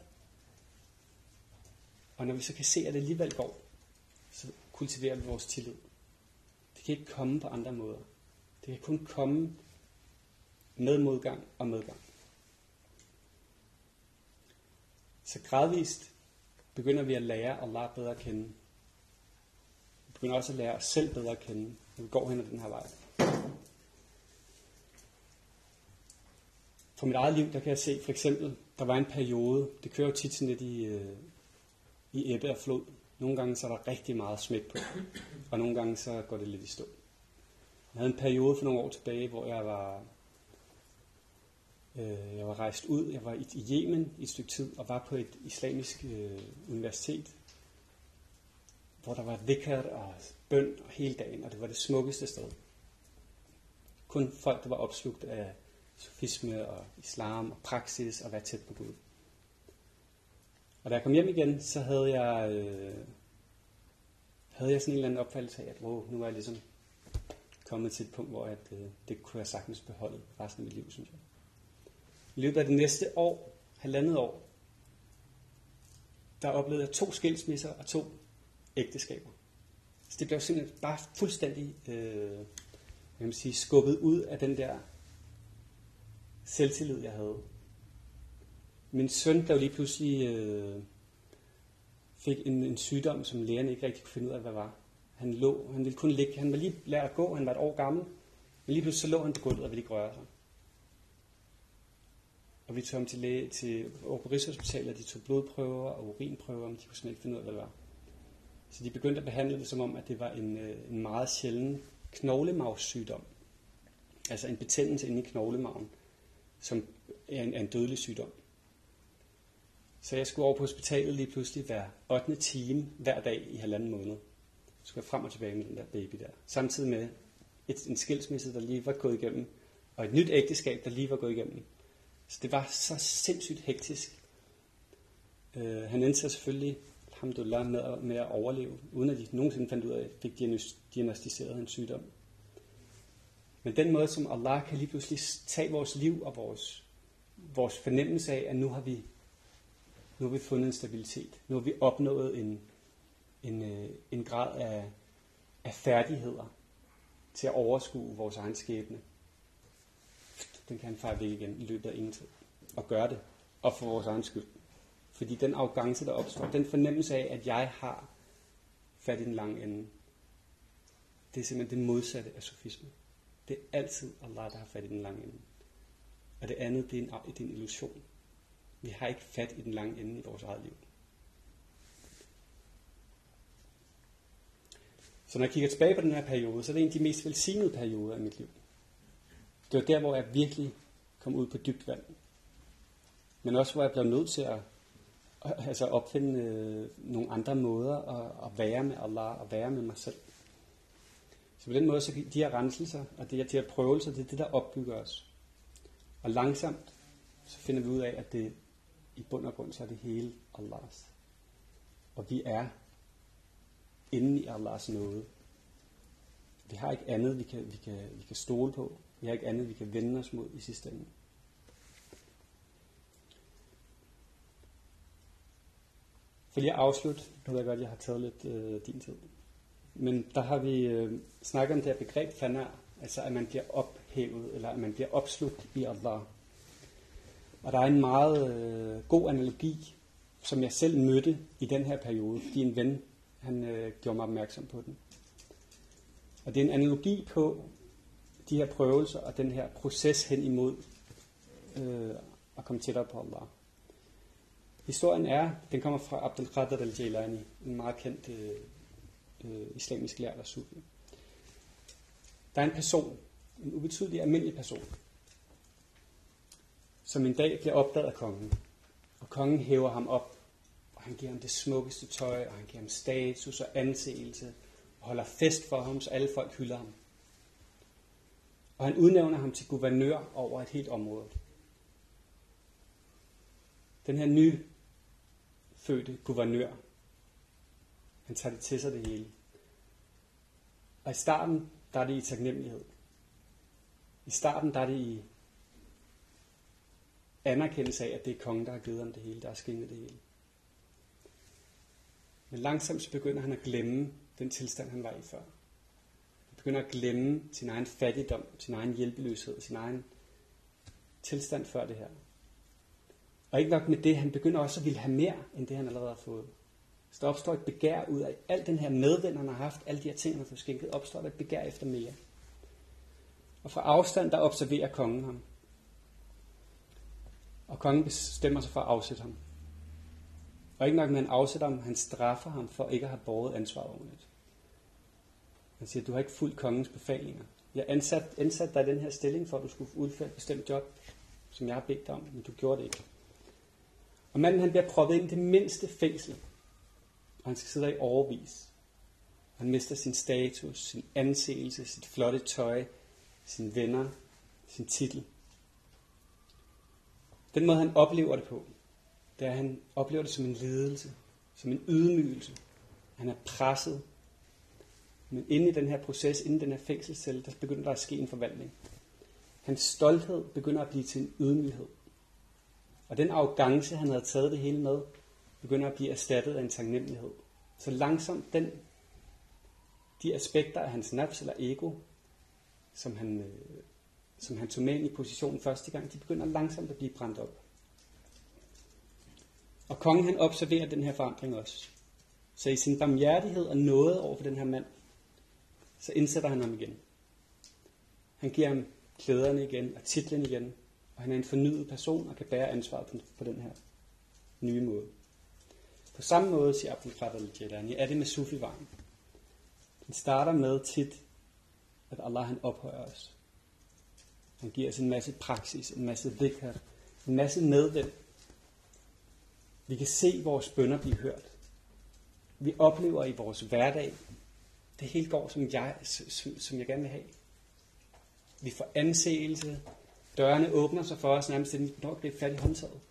Og når vi så kan se, at det alligevel går, så kultiverer vi vores tillid. Det kan ikke komme på andre måder. Det kan kun komme med modgang og medgang. Så gradvist begynder vi at lære Allah bedre at kende. Vi begynder også at lære os selv bedre at kende, når vi går hen ad den her vej. For mit eget liv, der kan jeg se, for eksempel, der var en periode, det kører jo tit sådan lidt i ebbe og flod. Nogle gange så er der rigtig meget smæk på, og nogle gange så går det lidt i stå. Jeg havde en periode for nogle år tilbage, hvor jeg var rejst ud. Jeg var i Yemen i et stykke tid, og var på et islamisk universitet, hvor der var dhikr og bøn hele dagen, og det var det smukkeste sted. Kun folk, der var opslugt af sufisme og islam og praksis og være tæt på Gud. Og da jeg kom hjem igen, så havde jeg sådan en eller anden opfattelse af, at nu er jeg ligesom kommet til et punkt, hvor det kunne jeg sagtens beholde resten af mit liv, synes jeg. I løbet af det næste år, 1,5 år, der oplevede jeg 2 skilsmisser og 2 ægteskaber. Så det blev simpelthen bare fuldstændig skubbet ud af den der selvtillid, jeg havde. Min søn blev lige pludselig fik en sygdom, som lægerne ikke rigtig kunne finde ud af, hvad var. Han ville kun ligge, han var lige lært at gå, han var 1 år gammel, men lige pludselig så lå han på gulvet og ville ikke røre sig. Og vi tog ham til læge over på Rigshospitalet, og de tog blodprøver og urinprøver, men de kunne simpelthen ikke finde ud af, hvad det var. Så de begyndte at behandle det som om, at det var en meget sjælden knoglemavssygdom. Altså en betændelse inde i knoglemaven, som er en dødelig sygdom. Så jeg skulle over på hospitalet lige pludselig hver 8. time hver dag i 1,5 måned. Så skulle jeg frem og tilbage med den der baby der. Samtidig med, en skilsmisse, der lige var gået igennem, og et nyt ægteskab, der lige var gået igennem. Så det var så sindssygt hektisk. Han endte sig selvfølgelig, alhamdulillah, med at overleve, uden at de nogensinde fandt ud af, at fik diagnostiseret en sygdom. Men den måde, som Allah kan lige pludselig tage vores liv og vores fornemmelse af, at nu har vi fundet en stabilitet. Nu har vi opnået en grad af færdigheder til at overskue vores egen skæbne. Den kan han fejre væk igen i løbet af ingen tid. Og gøre det. Og for vores egen skyld. Fordi den arrogance, der opstår, den fornemmelse af, at jeg har fat i den lange ende, det er simpelthen det modsatte af sofisme. Det er altid Allah, der har fat i den lange ende. Og det andet, det er en illusion. Vi har ikke fat i den lange ende i vores eget liv. Så når jeg kigger tilbage på den her periode, så er det en af de mest velsignede perioder af mit liv. Det var der, hvor jeg virkelig kom ud på dybt vand. Men også hvor jeg blev nødt til at opfinde nogle andre måder at være med Allah og være med mig selv. Så på den måde, så de her renselser og de her prøvelser, det er det, der opbygger os. Og langsomt, så finder vi ud af, at det i bund og grund, så er det hele Allahs. Og vi er inde i Allahs nåde. Vi har ikke andet, vi kan stole på. Vi har ikke andet, vi kan vende os mod i sidste ende. For lige at afslutte, jeg ved godt, jeg har taget lidt din tid. Men der har vi snakket om det her begreb fana, altså at man bliver ophævet, eller at man bliver opslugt i Allah. Og der er en meget god analogi, som jeg selv mødte i den her periode, fordi en ven, han gjorde mig opmærksom på den. Og det er en analogi på de her prøvelser og den her proces hen imod at komme tættere på Allah. Historien den kommer fra Abdul Qadir al-Jilani, en meget kendt islamisk lærd og sufi. Der er en person, en ubetydelig almindelig person, som en dag bliver opdaget af kongen. Og kongen hæver ham op, og han giver ham det smukkeste tøj, og han giver ham status og anseelse, og holder fest for ham, så alle folk hylder ham. Og han udnævner ham til guvernør over et helt område. Den her nyfødte guvernør, han tager det til sig det hele. Og i starten, der er det i taknemmelighed. I starten, der er det i anerkendelse af, at det er kongen, der har givet ham det hele, der har skænket det hele. Men langsomt så begynder han at glemme den tilstand, han var i før. Han begynder at glemme sin egen fattigdom, sin egen hjælpeløshed, sin egen tilstand før det her. Og ikke nok med det, han begynder også at ville have mere, end det han allerede har fået. Så der opstår et begær ud af al den her medvind, han har haft, alle de her ting, han har fået skænket, opstår der et begær efter mere. Og fra afstand, der observerer kongen ham. Og kongen bestemmer sig for at afsætte ham. Og ikke nok med, at han afsætter ham, han straffer ham for ikke at have båret ansvaret ordentligt. Han siger, du har ikke fulgt kongens befalinger. Jeg ansat dig i den her stilling, for at du skulle udføre et bestemt job, som jeg har bedt dig om, men du gjorde det ikke. Og manden, han bliver proppet ind i det mindste fængsel. Og han skal sidde der i årevis. Han mister sin status, sin anseelse, sit flotte tøj, sine venner, sin titel. Den måde, han oplever det på, det er, at han oplever det som en lidelse, som en ydmygelse. Han er presset. Men inde i den her proces, inde i den her fængselscelle, der begynder der at ske en forvandling. Hans stolthed begynder at blive til en ydmyghed. Og den arrogance, han havde taget det hele med, begynder at blive erstattet af en taknemmelighed. Så langsomt de aspekter af hans nafs eller ego, som han tog med ind i positionen første gang, de begynder langsomt at blive brændt op. Og kongen, han observerer den her forandring også. Så i sin barmhjertighed og nåde over for den her mand, så indsætter han ham igen. Han giver ham klæderne igen og titlen igen, og han er en fornyet person og kan bære ansvaret på den her nye måde. På samme måde, siger Abdul Qadir al-Jilani, er det med sufi-vejen. Den starter med tit, at Allah han ophøjer os. Han giver os en masse praksis, en masse dhikr, en masse medvind. Vi kan se vores bønner blive hørt. Vi oplever i vores hverdag, det hele går, som jeg gerne vil have. Vi får anseelse. Dørene åbner sig for os nærmest, når vi griber fat i håndtaget.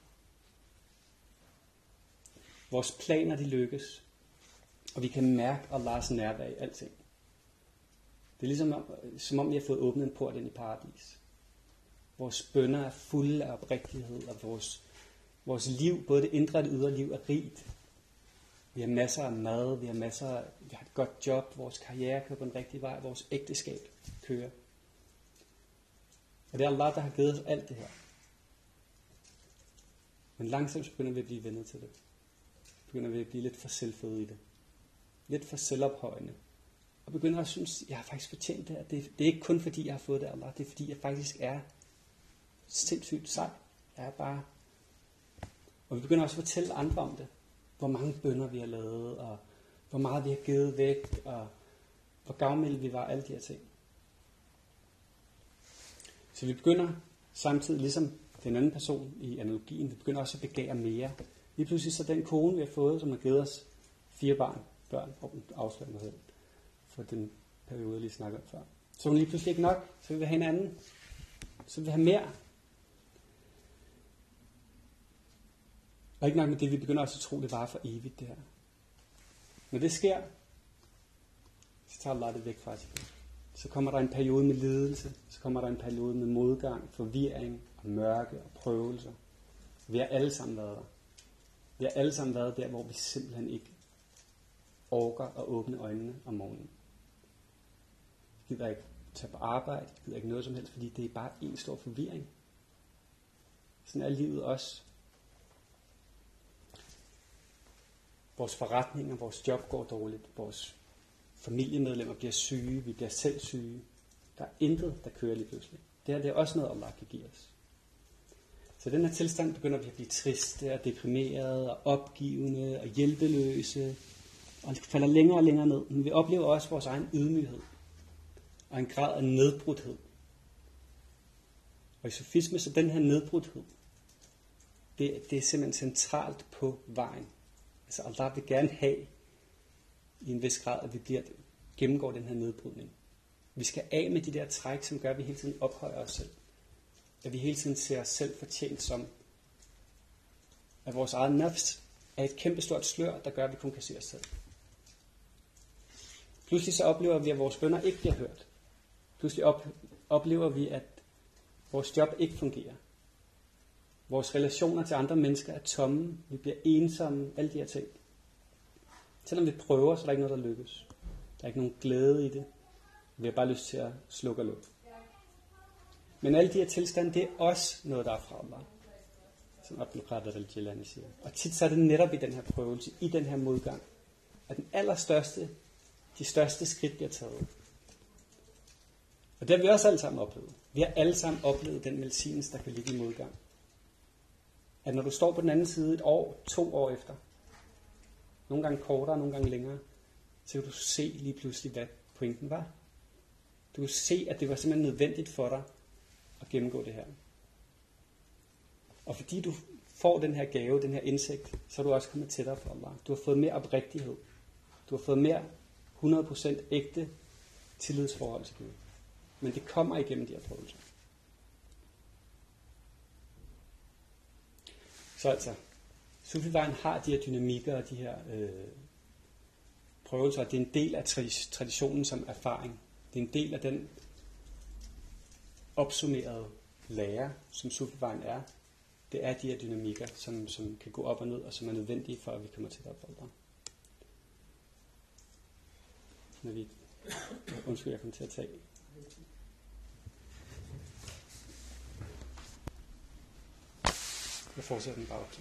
Vores planer, de lykkes. Og vi kan mærke Allahs nærvær i alting. Det er ligesom, som om vi har fået åbnet en port ind i paradis. Vores bønner er fulde af oprigtighed, og vores liv, både det indre og det ydre liv, er rigt. Vi har masser af mad, vi har et godt job, vores karriere kører på den rigtige vej, vores ægteskab kører. Og det er Allah, der har givet os alt det her. Men langsomt begynder vi at blive vennet til det. Begynder vi at blive lidt for selvføde i det. Lidt for selvophøjende. Og begynder at synes, jeg har faktisk fortjent det her. Det er ikke kun fordi, jeg har fået det af Allah. Det er fordi, jeg faktisk er sindssygt sej. Jeg er bare... Og vi begynder også at fortælle andre om det. Hvor mange bønner vi har lavet, og hvor meget vi har givet væk, og hvor gavmilde vi var, alle de her ting. Så vi begynder samtidig, ligesom den anden person i analogien, vi begynder også at begære mere. Lige pludselig så den kone, vi har fået, som har givet os 4 børn, og afslører mig selv, for den periode, jeg lige snakkede om før. Så hun lige pludselig ikke nok, så vil vi have en anden. Så vil vi have mere. Og ikke nok med det, vi begynder også at tro, det varer for evigt, det her. Når det sker, så tager Allah det væk fra os. Så kommer der en periode med lidelse, så kommer der en periode med modgang, forvirring og mørke og prøvelser. Vi har alle sammen været der. Vi har alle sammen været der, hvor vi simpelthen ikke orker at åbne øjnene om morgenen. Vi gider ikke tage på arbejde, vi gider ikke noget som helst, fordi det er bare en stor forvirring. Sådan er livet også. Vores forretninger, vores job går dårligt, vores familiemedlemmer bliver syge, vi bliver selv syge. Der er intet, der kører lige pludselig. Det er også noget, Allah kan give os. Så den her tilstand begynder vi at blive triste og deprimerede og opgivende og hjælpeløse. Og det falder længere og længere ned. Men vi oplever også vores egen ydmyghed og en grad af nedbrudthed. Og i sufisme, så den her nedbrudthed, det er simpelthen centralt på vejen. Altså Allah vil gerne have i en vis grad, at vi gennemgår den her nedbrydning. Vi skal af med de der træk, som gør, at vi hele tiden ophøjer os selv. At vi hele tiden ser os selv fortjent som, at vores eget nafs er et kæmpestort slør, der gør, at vi kun kan se os selv. Pludselig så oplever vi, at vores bønner ikke bliver hørt. Pludselig oplever vi, at vores job ikke fungerer. Vores relationer til andre mennesker er tomme. Vi bliver ensomme. Alle de her ting. Selvom vi prøver, så er der ikke noget, der lykkes. Der er ikke nogen glæde i det. Vi har bare lyst til at slukke og lukke. Men alle de her tilstande, det er også noget, der er fra Allah. Som Abdul Qadir al-Jilani siger. Og tit så er det netop i den her prøvelse, i den her modgang, at de største skridt bliver taget. Og det har vi også alle sammen oplevet. Vi har alle sammen oplevet den velsignelse, der kan ligge i modgang. At når du står på den anden side 1 år, 2 år efter, nogle gange kortere, nogle gange længere, så kan du se lige pludselig, hvad pointen var. Du kan se, at det var simpelthen nødvendigt for dig at gennemgå det her. Og fordi du får den her gave, den her indsigt, så er du også kommet tættere på Allah. Du har fået mere oprigtighed. Du har fået mere 100% ægte tillidsforhold til Gud. Men det kommer igennem de her prøvelser. Så altså, Sufivejen har de her dynamikker og de her prøvelser. Det er en del af traditionen som erfaring. Det er en del af den opsummerede lære, som Sufivejen er. Det er de her dynamikker, som kan gå op og ned, og som er nødvendige for, at vi kommer tættere på Allah. Undskyld, jeg kom til at tage. Jeg fortsætter den bare op.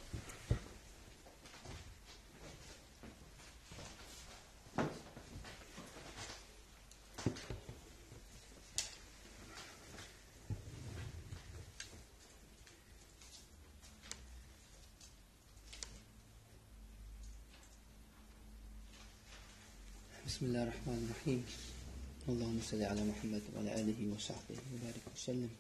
بسم الله الرحمن الرحيم اللهم صل على محمد وعلى آله وصحبه وبارك وسلم.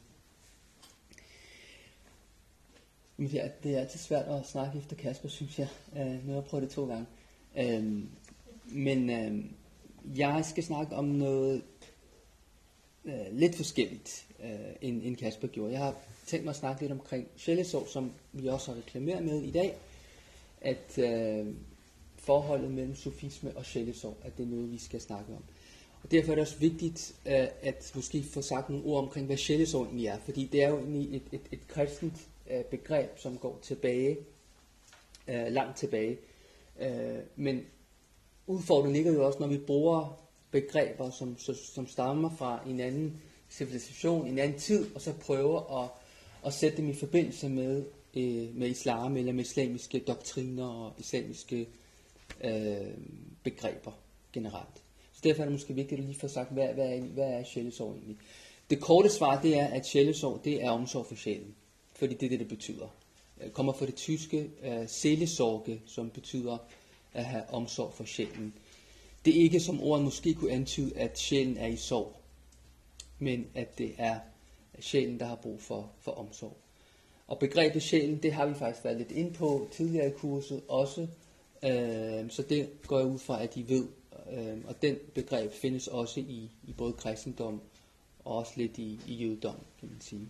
Det er altid svært at snakke efter Kasper, synes jeg. Nu har jeg prøvet det 2 gange. Men jeg skal snakke om noget lidt forskelligt, end Kasper gjorde. Jeg har tænkt mig at snakke lidt omkring sjælesorg, som vi også har reklameret med i dag, at forholdet mellem sufisme og sjælesorg, at det er noget, vi skal snakke om. Og derfor er det også vigtigt at måske få sagt nogle ord omkring, hvad sjælesorg egentlig er, fordi det er jo egentlig et kristent begreb, som går tilbage, langt tilbage. Men udfordringen ligger jo også, når vi bruger begreber, som stammer fra en anden civilisation, en anden tid, og så prøver at sætte dem i forbindelse med islam, eller med islamiske doktriner og islamiske begreber generelt. Så derfor er det måske vigtigt at lige få sagt, hvad er sjælesorg egentlig? Det korte svar, det er, at sjælesorg, det er omsorg for sjælen. Fordi det er det betyder. Det kommer fra det tyske seelsorge, som betyder at have omsorg for sjælen. Det er ikke, som ordet måske kunne antyde, at sjælen er i sorg, men at det er sjælen, der har brug for omsorg. Og begrebet sjælen, det har vi faktisk været lidt inde på tidligere i kurset også, så det går jeg ud fra, at I ved. Og den begreb findes også i både kristendom og også lidt i jødedom, kan man sige.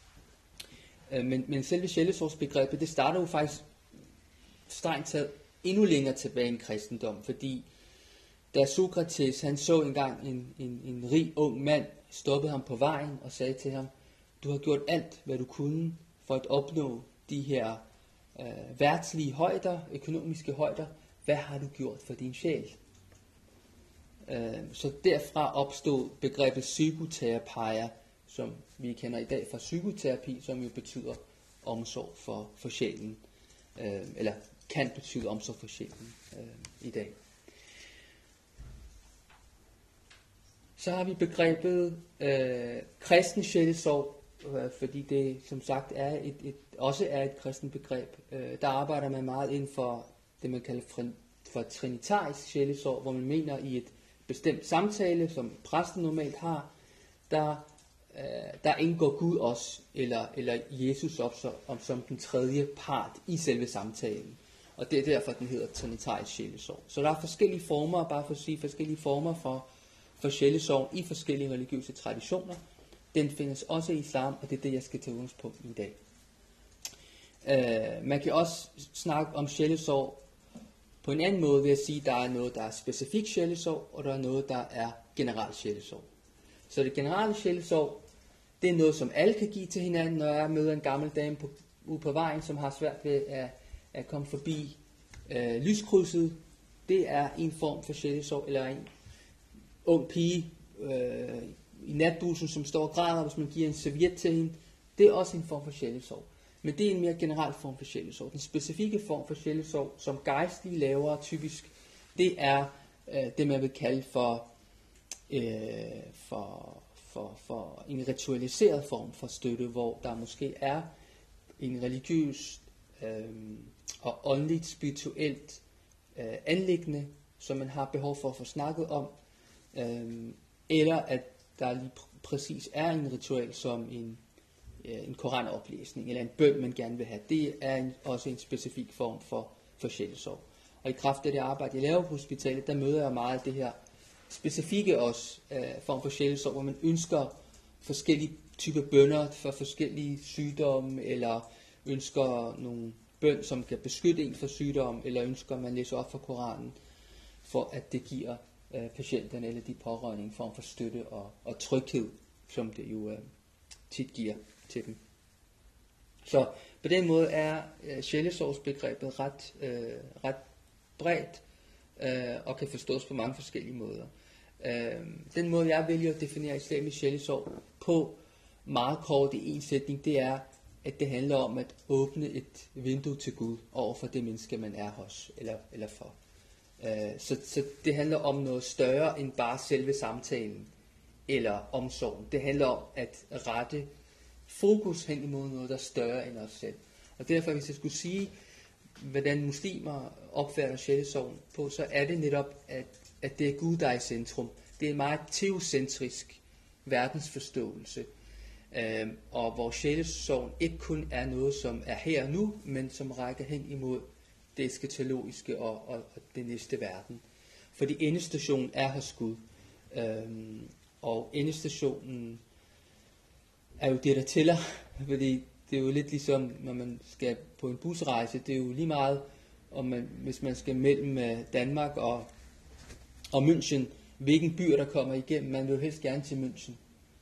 Men selve sjælesorgsbegrebet, det starter jo faktisk strengt taget endnu længere tilbage end kristendom, fordi da Sokrates, han så engang en rig ung mand, stoppede ham på vejen og sagde til ham, du har gjort alt, hvad du kunne for at opnå de her verdslige højder, økonomiske højder. Hvad har du gjort for din sjæl? Så derfra opstod begrebet psykoterapeia, som vi kender i dag fra psykoterapi, som jo betyder omsorg for sjælen, eller kan betyde omsorg for sjælen i dag. Så har vi begrebet kristen sjælesorg, fordi det som sagt er også er et kristen begreb. Der arbejder man meget inden for det, man kalder for trinitarisk sjælesorg, hvor man mener i et bestemt samtale, som præsten normalt har, der indgår Gud også, eller Jesus også som den tredje part i selve samtalen. Og det er derfor, den hedder trinitarisk sjælesorg. Så der er forskellige former, bare for at sige, forskellige former for sjælesorg i forskellige religiøse traditioner. Den findes også i islam, og det er det, jeg skal tage udgangspunkt i dag. Man kan også snakke om sjælesorg på en anden måde ved at sige, at der er noget, der er specifik sjælesorg, og der er noget, der er generel sjælesorg. Så det generelle sjælesorg, det er noget, som alle kan give til hinanden. Når jeg møder en gammel dame ude på vejen, som har svært ved at komme forbi lyskrydset, det er en form for sjælesorg, eller en ung pige i natbussen, som står og græder, hvis man giver en serviet til hende, det er også en form for sjælesorg. Men det er en mere generel form for sjælesorg. Den specifikke form for sjælesorg, som gejstlige laver typisk, det er det, man vil kalde for en ritualiseret form for støtte, hvor der måske er en religiøs og åndeligt, spirituelt anliggende, som man har behov for at få snakket om, eller at der lige præcis er en ritual som en koranoplæsning, eller en bøn, man gerne vil have. Det er også en specifik form for sjælesorg. Og i kraft af det arbejde, jeg laver på hospitalet, der møder jeg meget af det her specifikke også form for sjælesorg, hvor man ønsker forskellige typer bønner for forskellige sygdomme, eller ønsker nogle bøn, som kan beskytte en for sygdom, eller ønsker man læser op fra Koranen, for at det giver patienterne eller de pårørende en form for støtte og tryghed, som det jo tit giver til dem. Så på den måde er sjælesorgsbegrebet ret bredt og kan forstås på mange forskellige måder. Den måde jeg vælger at definere islamisk sjælesorg på meget kort i en sætning, det er, at det handler om at åbne et vindue til Gud over for det menneske, man er hos eller for. Så det handler om noget større end bare selve samtalen eller omsorgen. Det handler om at rette fokus hen imod noget, der er større end os selv. Og derfor, hvis jeg skulle sige, hvordan muslimer opfatter sjælesorgen på, så er det netop, at det er Gud, der er i centrum. Det er en meget teocentrisk verdensforståelse, og hvor sjælesorgen ikke kun er noget, som er her og nu, men som rækker hen imod det eskatologiske og det næste verden. Fordi endestationen er hos Gud. Og endestationen er jo det, der tæller, fordi det er jo lidt ligesom, når man skal på en busrejse, det er jo lige meget, hvis man skal mellem Danmark og München, hvilken by der kommer igennem, man vil jo helst gerne til München.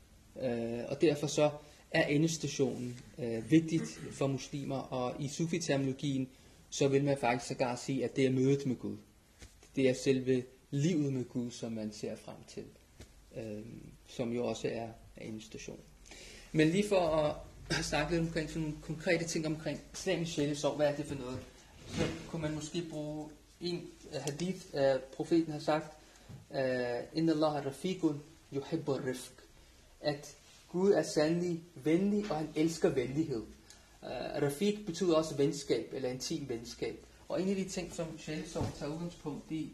Og derfor så er endestationen vigtigt for muslimer, og i sufi-terminologien, så vil man faktisk sågar sige, at det er mødet med Gud. Det er selve livet med Gud, som man ser frem til, som jo også er endestationen. Men lige for at snakke lidt omkring sådan nogle konkrete ting omkring islamisk sjælesorg, hvad er det for noget? Så kunne man måske bruge en hadith, profeten har sagt, Inna Allah rafiqun yuhibbur rifq, at Gud er sandelig venlig, og han elsker venlighed. Rafiq betyder også venskab, eller intim venskab. Og en af de ting, som sjælesorg tager udgangspunkt i,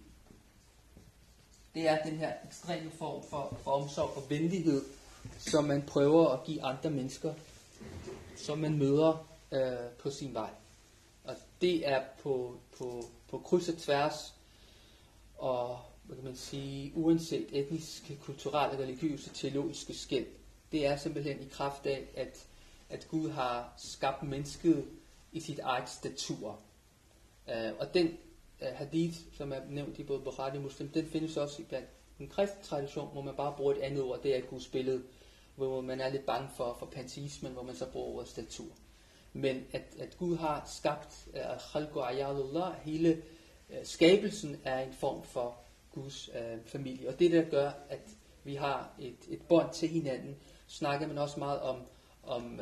det er den her ekstreme form for omsorg og venlighed, som man prøver at give andre mennesker, som man møder på sin vej. Og det er på kryds og tværs, og hvad kan man sige, uanset etniske, kulturelle, religiøse, teologiske skel. Det er simpelthen i kraft af, at Gud har skabt mennesket i sit eget statur. Og den hadith, som er nævnt i både Bukhari og Muslim, den findes også blandt den kristne tradition, hvor man bare bruger et andet ord, det er Guds billede, hvor man er lidt bange for panteismen, hvor man så bruger ordet statur. Men at Gud har skabt khalqu ayalullah, hele skabelsen er en form for Guds familie. Og det der gør, at vi har et bånd til hinanden, snakker man også meget om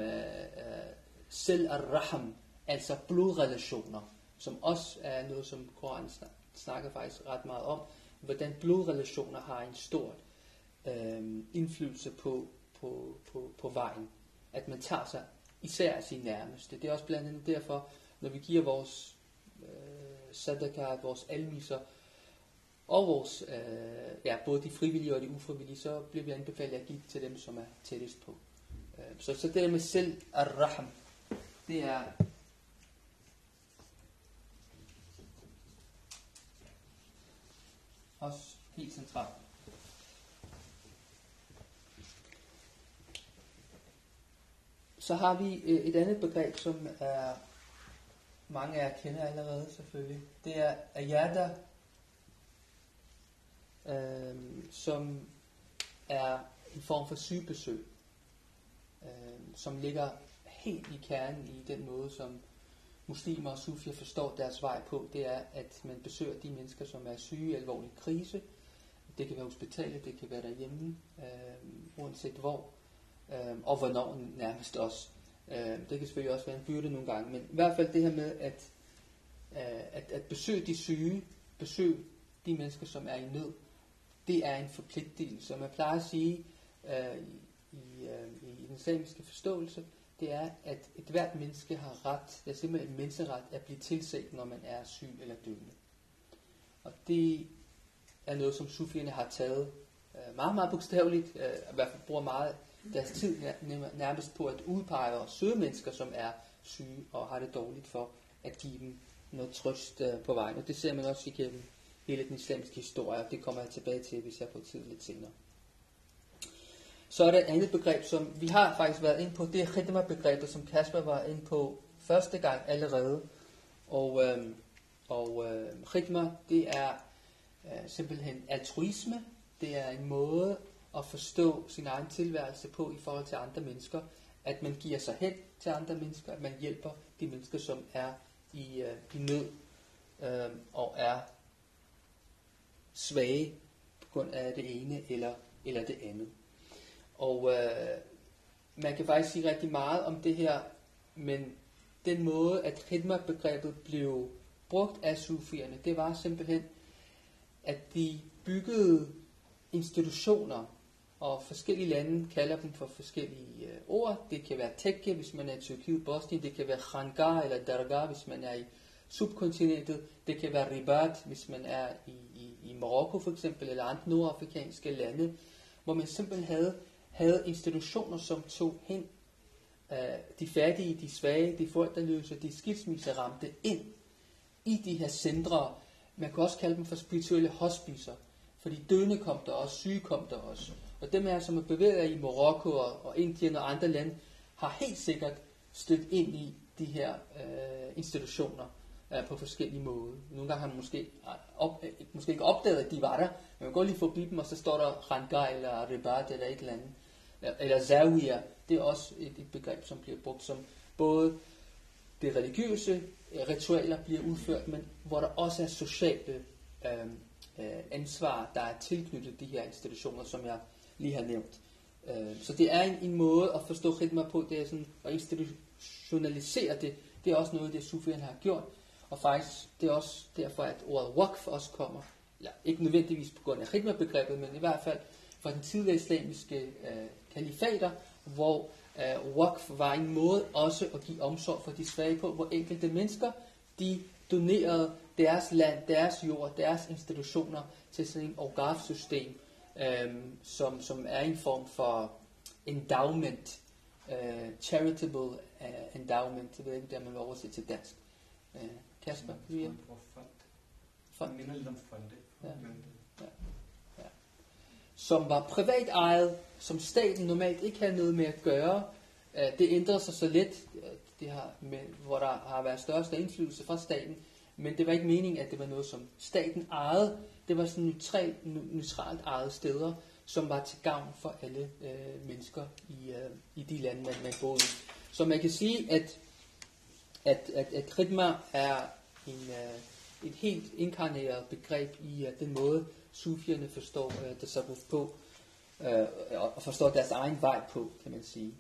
selv ar-raham, altså blodrelationer, som også er noget, som Koranen snakker faktisk ret meget om, hvordan blodrelationer har en stor indflydelse på vejen. At man tager sig især af sine nærmeste. Det er også blandt andet derfor, når vi giver vores sadaqah, vores almiser, og vores, både de frivillige og de ufrivillige, så bliver vi anbefalet at give til dem, som er tættest på. Så det der med selv ar-raham, det er også helt centralt. Så har vi et andet begreb, som er mange af jer kender allerede selvfølgelig. Det er ayada, som er en form for sygebesøg, som ligger helt i kernen i den måde, som muslimer og sufier forstår deres vej på. Det er, at man besøger de mennesker, som er syge i alvorlig krise. Det kan være hospitalet, det kan være derhjemme, uanset hvor, og hvornår nærmest også. Det kan selvfølgelig også være en byrde nogle gange, men i hvert fald det her med at besøge de syge, besøge de mennesker, som er i nød, det er en forpligtelse. Man plejer at sige i den islamiske forståelse, det er, at et hvert menneske har ret, det er simpelthen en menneskeret at blive tilset, når man er syg eller døende. Og det er noget, som sufierne har taget meget, meget bogstaveligt, i hvert fald bruger meget deres tid nærmest på at udpege og søge mennesker, som er syge og har det dårligt, for at give dem noget trøst på vejen. Og det ser man også igennem hele den islamiske historie, og det kommer jeg tilbage til, hvis jeg får tid lidt senere. Så er der et andet begreb, som vi har faktisk været inde på, det er khidma-begrebet, som Kasper var inde på første gang allerede. Og khidma, det er simpelthen altruisme, det er en måde at forstå sin egen tilværelse på i forhold til andre mennesker, at man giver sig hen til andre mennesker, at man hjælper de mennesker, som er i nød og er svage på grund af det ene eller det andet. Og man kan faktisk sige rigtig meget om det her, men den måde, at khidma-begrebet blev brugt af sufierne, det var simpelthen, at de byggede institutioner, og forskellige lande kalder dem for forskellige ord. Det kan være tekke, hvis man er i Tyrkiet, Bosnien. Det kan være khangar eller dargah, hvis man er i subkontinentet. Det kan være ribat, hvis man er i Marokko for eksempel, eller andre nordafrikanske lande, hvor man simpelthen havde institutioner, som tog hen de fattige, de svage, de forældreløse, de skilsmisseramte ind i de her centre. Man kan også kalde dem for spirituelle hospicer, fordi døende kom der også, syge kom der også. Og dem her, som er bevæget i Marokko og Indien og andre lande, har helt sikkert stødt ind i de her institutioner på forskellige måder. Nogle gange har man måske ikke opdaget, at de var der, men man går lige forbi dem, og så står der Khanqa eller Ribat eller et eller andet. Eller Zawiya, det er også et begreb, som bliver brugt som både det religiøse ritualer bliver udført, men hvor der også er sociale ansvar, der er tilknyttet de her institutioner, som jeg lige har nævnt. Så det er en måde at forstå khidma på, det er sådan at institutionalisere det. Det er også noget, det sufierne har gjort. Og faktisk, det er også derfor, at ordet waqf også kommer. Ja, ikke nødvendigvis på grund af khidma-begrebet, men i hvert fald fra den tidligere islamiske kalifater, hvor waqf var en måde også at give omsorg for de svage på, hvor enkelte mennesker, de donerede deres land, deres jord, deres institutioner til sådan en orgafsystem, som er en form for endowment, charitable endowment, jeg ved ikke, der man vil oversætte til dansk. Kasper, kan du hjælpe? Fond. Det minder lidt om fonde. Ja. Som var privat ejet, som staten normalt ikke havde noget med at gøre. Det ændrede sig så let, hvor der har været største indflydelse fra staten, men det var ikke meningen, at det var noget, som staten ejede. Det var sådan neutralt ejede steder, som var til gavn for alle mennesker i de lande, man boede i. Så man kan sige, at khidma er et helt inkarneret begreb i den måde, sufierne forstår tasawwuf på, og forstår deres egen vej på, kan man sige.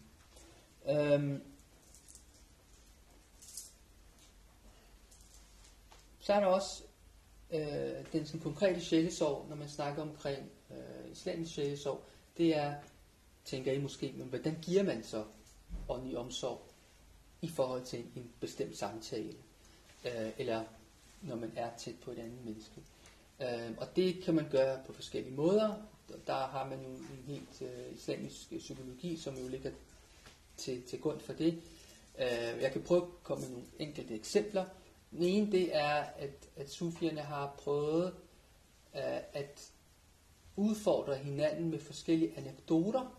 Så er der også den sådan konkrete sjælesorg, når man snakker omkring islamisk sjælesorg. Det er, tænker I måske, men hvordan giver man så åndelig omsorg i forhold til en bestemt samtale, eller når man er tæt på et andet menneske. Og det kan man gøre på forskellige måder. Der har man jo en helt islamisk psykologi, som jo ligger til grund for det. Jeg kan prøve at komme med nogle enkelte eksempler. Den ene, det er, at sufierne har prøvet at udfordre hinanden med forskellige anekdoter.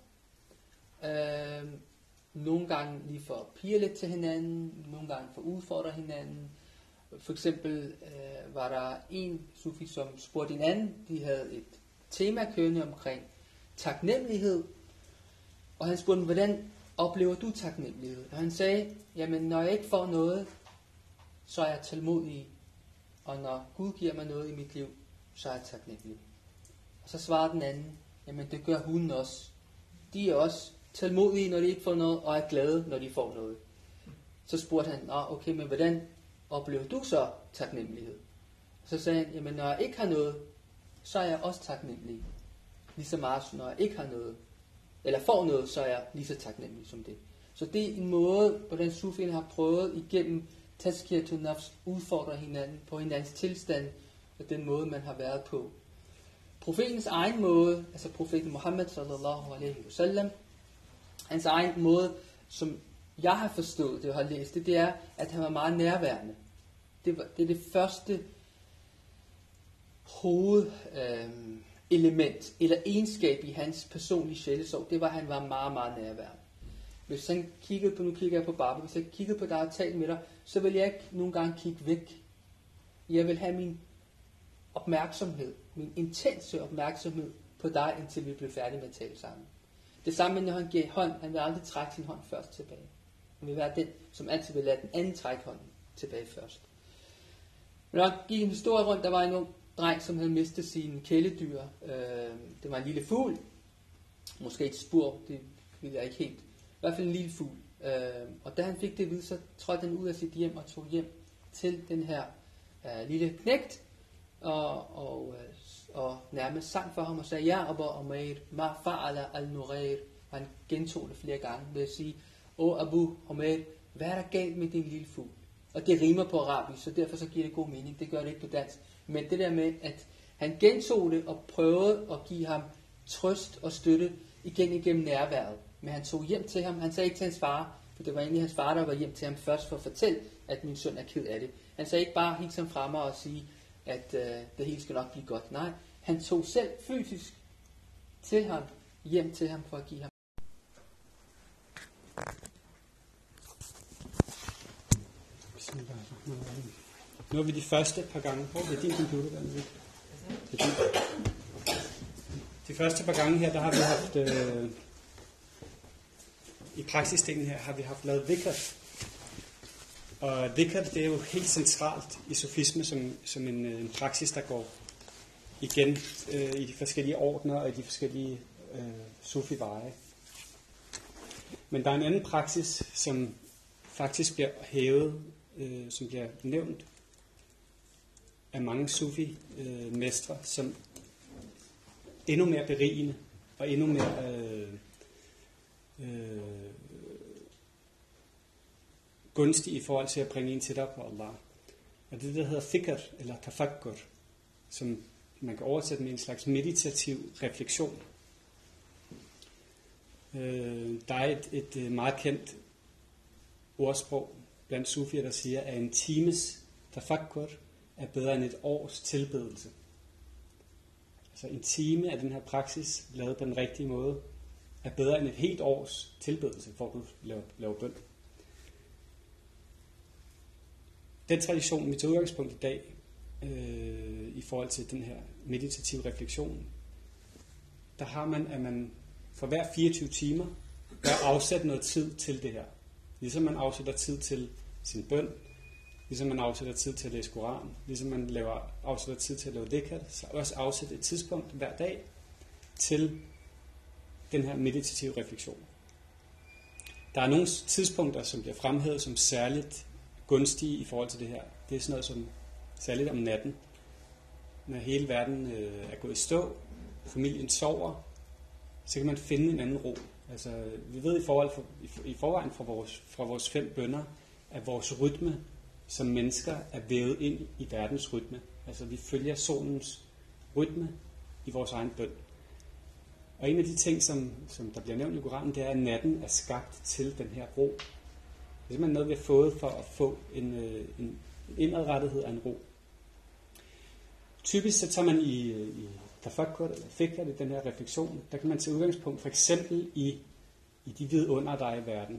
Nogle gange lige for at pige lidt til hinanden, nogle gange for at udfordre hinanden. For eksempel var der en sufi, som spurgte en anden, de havde et tema kørende omkring taknemmelighed, og han spurgte, hvordan oplever du taknemmelighed? Og han sagde, jamen når jeg ikke får noget, så er jeg tålmodig, og når Gud giver mig noget i mit liv, så er jeg taknemmelig. Og så svarede den anden, jamen det gør hunden også. De er også tålmodige, når de ikke får noget, og er glade, når de får noget. Så spurgte han, okay, men hvordan oplever du så taknemmelighed? Og så sagde han, jamen når jeg ikke har noget, så er jeg også taknemmelig. Lige så meget, når jeg ikke har noget, eller får noget, så er jeg lige så taknemmelig som det. Så det er en måde, hvordan sufierne har prøvet igennem tazkiyatun nafs udfordre hinanden på hinandens tilstand, og den måde, man har været på. Profetens egen måde, altså profeten Muhammad sallallahu alaihi wasallam, hans egen måde, som jeg har forstået det og har læst det, det er, at han var meget nærværende. Det er det første hovedelement eller egenskab i hans personlige sjælesorg. Det var, at han var meget, meget nærværende. Hvis han kiggede på, nu kigger jeg på Barbara, hvis jeg kiggede på dig og talte med dig, så vil jeg ikke nogle gange kigge væk. Jeg vil have min opmærksomhed, min intense opmærksomhed på dig, indtil vi bliver færdige med at tale sammen. Det samme når han giver hånd, han vil aldrig trække sin hånd først tilbage. Han vil være den, som altid vil lade den anden trække hånden tilbage først. Men der gik en historie rundt, der var en ung dreng, som havde mistet sine kæledyr. Det var en lille fugl, måske et spur, det ved jeg ikke helt. I hvert fald en lille fugl. Og da han fik det at vide, så trådte han ud af sit hjem og tog hjem til den her lille knægt, og nærmest sang for ham og sagde, ja, Abu Umair, ma fa'ala al-Nughair. Og han gentog det flere gange ved at sige, Abu Umair, hvad er der galt med din lille fugl? Og det rimer på arabisk, så derfor så giver det god mening. Det gør det ikke på dansk. Men det der med, at han gentog det og prøvede at give ham trøst og støtte igennem nærværet. Men han tog hjem til ham. Han sagde ikke til hans far, for det var egentlig hans far, der var hjem til ham først for at fortælle, at min søn er ked af det. Han sagde ikke bare hilse ham fremme og sige, at det hele skal nok blive godt. Nej, han tog selv fysisk til ham hjem til ham for at give ham. Nu er vi de første par gange. Hvor er din computer der? De første par gange her, der har vi haft i praksisdelen her har vi haft lavet dhikr. Og dhikr, det er jo helt centralt i sufisme som en praksis, der går igen i de forskellige ordner og i de forskellige sufi-veje. Men der er en anden praksis, som faktisk bliver hævet, som bliver nævnt af mange sufi-mestre, som endnu mere berigende og endnu mere gunstig i forhold til at bringe en tættere på Allah. Og det der hedder fikr eller tafakkur, som man kan oversætte med en slags meditativ refleksion. Der er et meget kendt ordsprog blandt sufier, der siger, at en times tafakkur er bedre end et års tilbedelse. Altså en time af den her praksis, lavet på den rigtige måde, er bedre end et helt års tilbedelse, hvor du laver bøn. Den tradition, vi tager udgangspunkt i dag, i forhold til den her meditative refleksion, der har man, at man for hver 24 timer bør afsætte noget tid til det her. Ligesom man afsætter tid til sin bøn, ligesom man afsætter tid til at læse Koran, ligesom man afsætter tid til at lave dhikr, så også afsætte et tidspunkt hver dag til den her meditative refleksion. Der er nogle tidspunkter, som bliver fremhævet som særligt gunstige i forhold til det her. Det er sådan noget som særligt om natten, når hele verden er gået i stå, familien sover, så kan man finde en anden ro. Altså, vi ved i forvejen fra vores 5 bønner, at vores rytme som mennesker er vævet ind i verdens rytme. Altså, vi følger solens rytme i vores egen bøn. Og en af de ting, som der bliver nævnt i Koranen, det er, at natten er skabt til den her ro. Det er simpelthen noget, vi har fået for at få en indadrettighed af en ro. Typisk så tager man i tafakkur eller fikr, den her refleksion, der kan man tage udgangspunkt for eksempel i de vidunder, der er i verden.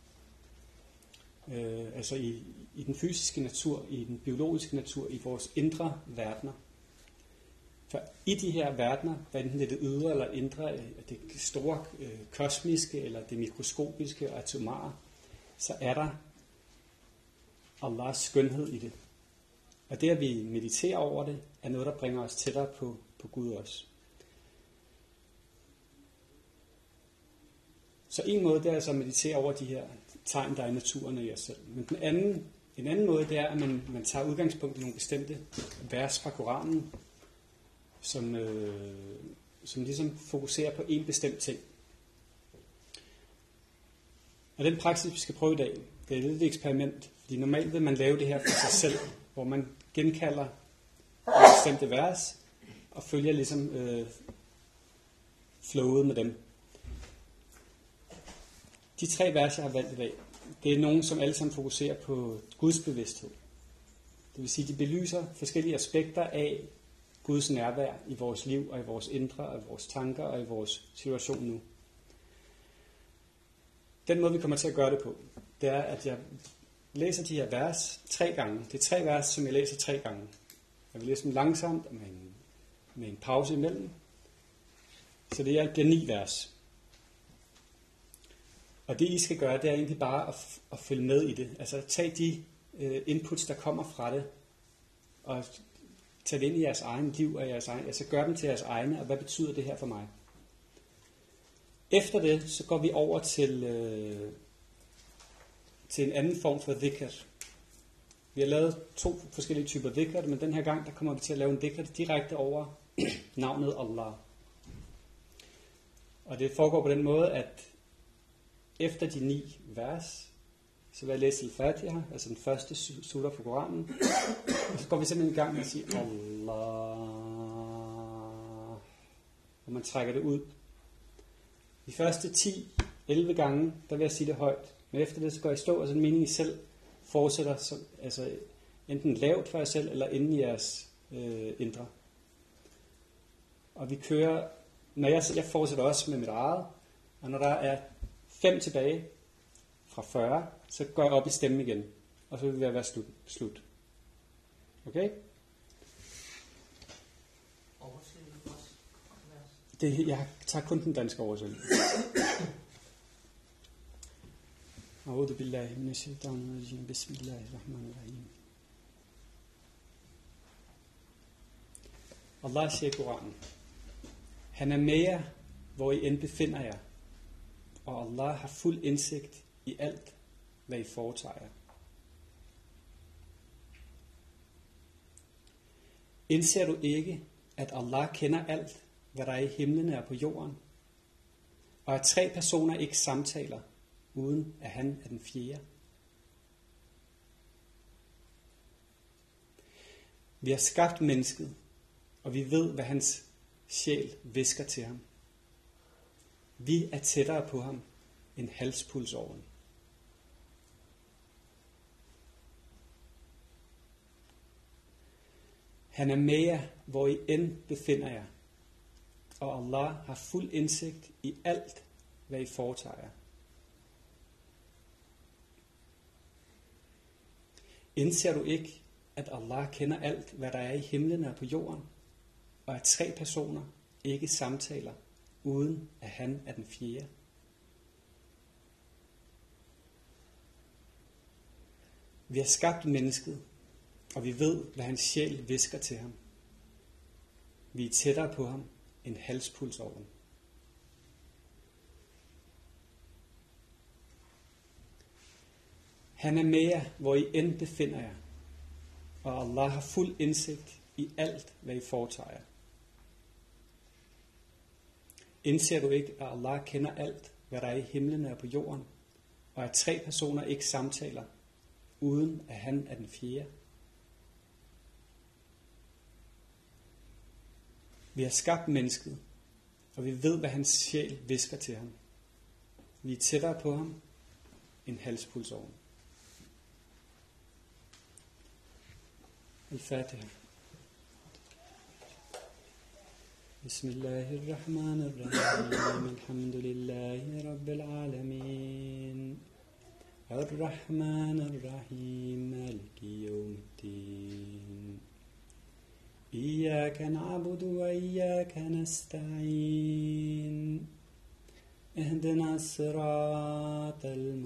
Altså i den fysiske natur, i den biologiske natur, i vores indre verdener. For i de her verdener, hvad enten det er det ydre eller indre, det store kosmiske eller det mikroskopiske og atomare, så er der Allahs skønhed i det. Og det, at vi mediterer over det, er noget, der bringer os tættere på Gud også. Så en måde, det er altså at meditere over de her tegn, der er i naturen og i os selv. Men en anden måde, det er, at man tager udgangspunkt i nogle bestemte vers fra Koranen, som ligesom fokuserer på en bestemt ting. Og den praksis, vi skal prøve i dag, det er lidt et eksperiment. Fordi normalt vil man lave det her for sig selv, hvor man genkalder et bestemte vers, og følger ligesom flowet med dem. De 3 vers, jeg har valgt i dag, det er nogle, som alle sammen fokuserer på Guds bevidsthed. Det vil sige, de belyser forskellige aspekter af Guds nærvær i vores liv, og i vores indre, og i vores tanker, og i vores situation nu. Den måde, vi kommer til at gøre det på, det er, at jeg læser de her vers 3 gange. Det er 3 vers, som jeg læser 3 gange. Jeg vil læse dem langsomt, og med en pause imellem. Så det bliver 9 vers. Og det, I skal gøre, det er egentlig bare at følge med i det. Altså tag de inputs, der kommer fra det, og tag det ind i jeres egen liv, og altså gør dem til jeres egne, og hvad betyder det her for mig? Efter det, så går vi over til en anden form for dhikr. Vi har lavet 2 forskellige typer dhikr, men den her gang, der kommer vi til at lave en dhikr direkte over navnet Allah. Og det foregår på den måde, at efter de 9 vers, så vil jeg læse al-Fatiha, altså den første surah fra Koranen, og så går vi simpelthen i gang med at sige Allah, og man trækker det ud. De første 10-11 gange, der vil jeg sige det højt, men efter det, så går jeg i stå, og så den mening I selv fortsætter, altså enten lavt for jer selv, eller inde i jeres indre. Og vi kører når jeg fortsætter også med mit eget, og når der er 5 tilbage fra 40, så går jeg op i stemmen igen, og så vil det være slut. Okay? Jeg tager kun den danske oversættelse. A'udhu billahi minash shaitanir rajim. Bismillahirrahmanirrahim. Allah siger i Koranen: Han er med jer, hvor I end befinder jer, og Allah har fuld indsigt i alt, hvad I foretager jer. Indser du ikke, at Allah kender alt, hvad der er i himlene og på jorden, og at 3 personer ikke samtaler, uden at han er den 4. Vi har skabt mennesket, og vi ved, hvad hans sjæl hvisker til ham. Vi er tættere på ham end halspulsåren. Han er med jer, hvor I end befinder jer, og Allah har fuld indsigt i alt, hvad I foretager jer. Indser du ikke, at Allah kender alt, hvad der er i himlene og på jorden, og at 3 personer ikke samtaler, uden at han er den 4. Vi har skabt mennesket, og vi ved, hvad hans sjæl hvisker til ham. Vi er tættere på ham end halspulsåren. Han er med jer, hvor I end befinder jer, og Allah har fuld indsigt i alt, hvad I foretager jer. Indser du ikke, at Allah kender alt, hvad der er i himlene og på jorden, og at 3 personer ikke samtaler, uden at han er den 4. Vi har skabt mennesket, og vi ved, hvad hans sjæl hvisker til ham. Vi er tættere på ham end halspulsåren. Al-Fatiha. Bismillahirrahmanirrahim. Alhamdulillahi Rabbil alamin. Ar-Rahmanir-Rahim. Maliki yawmiddin. إياك نعبد وإياك نستعين اهدنا الصراط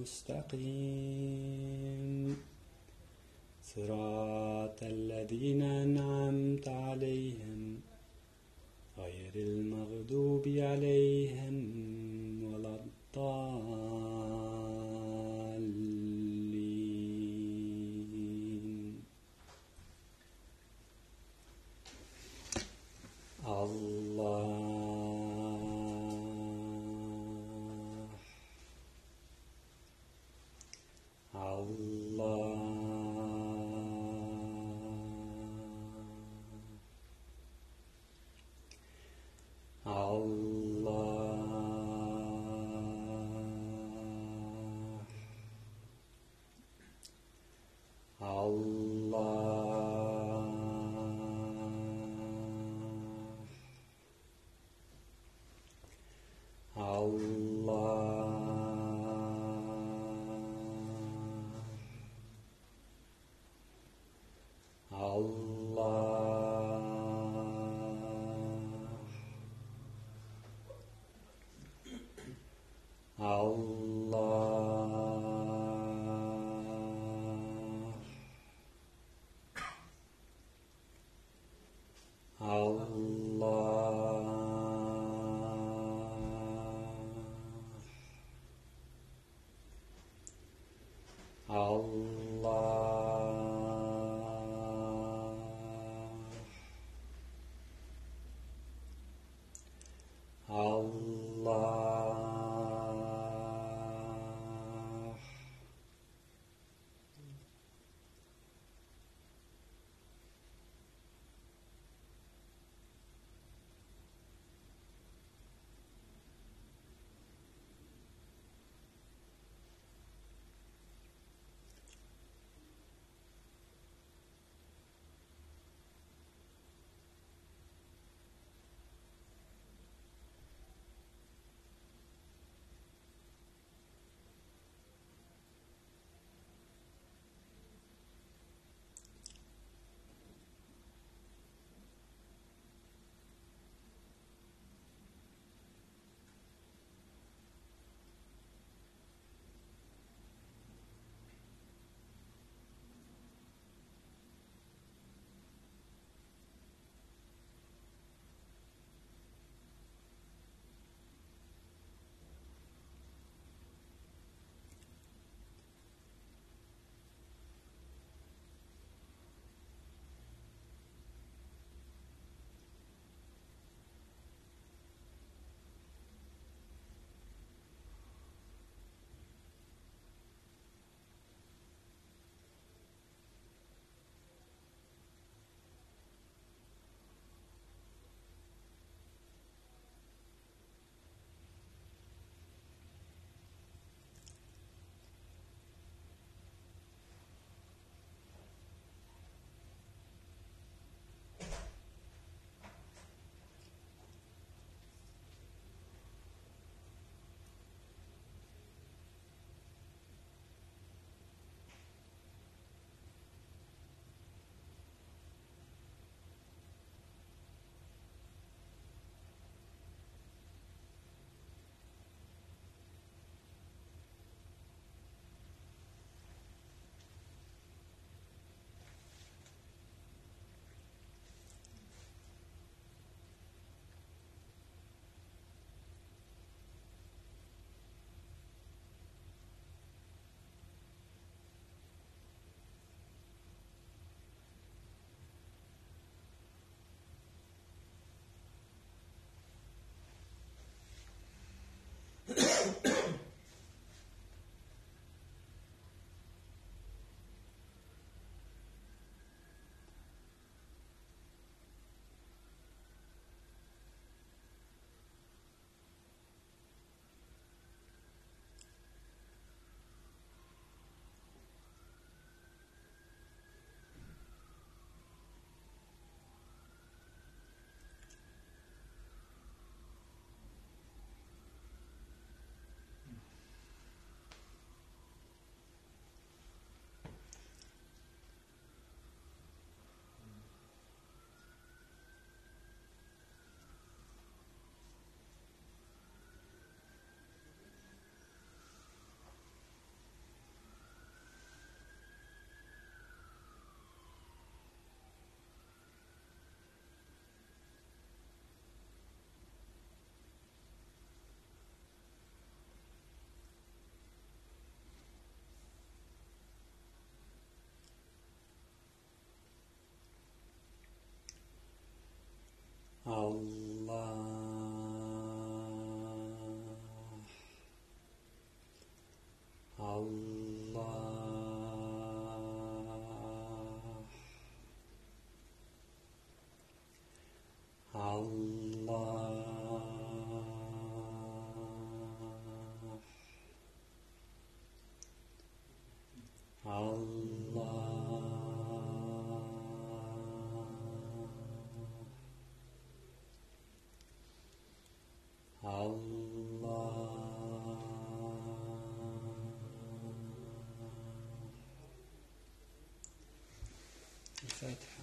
المستقيم صراط الذين أنعمت عليهم غير المغضوب عليهم ولا الضالين. Allah Right.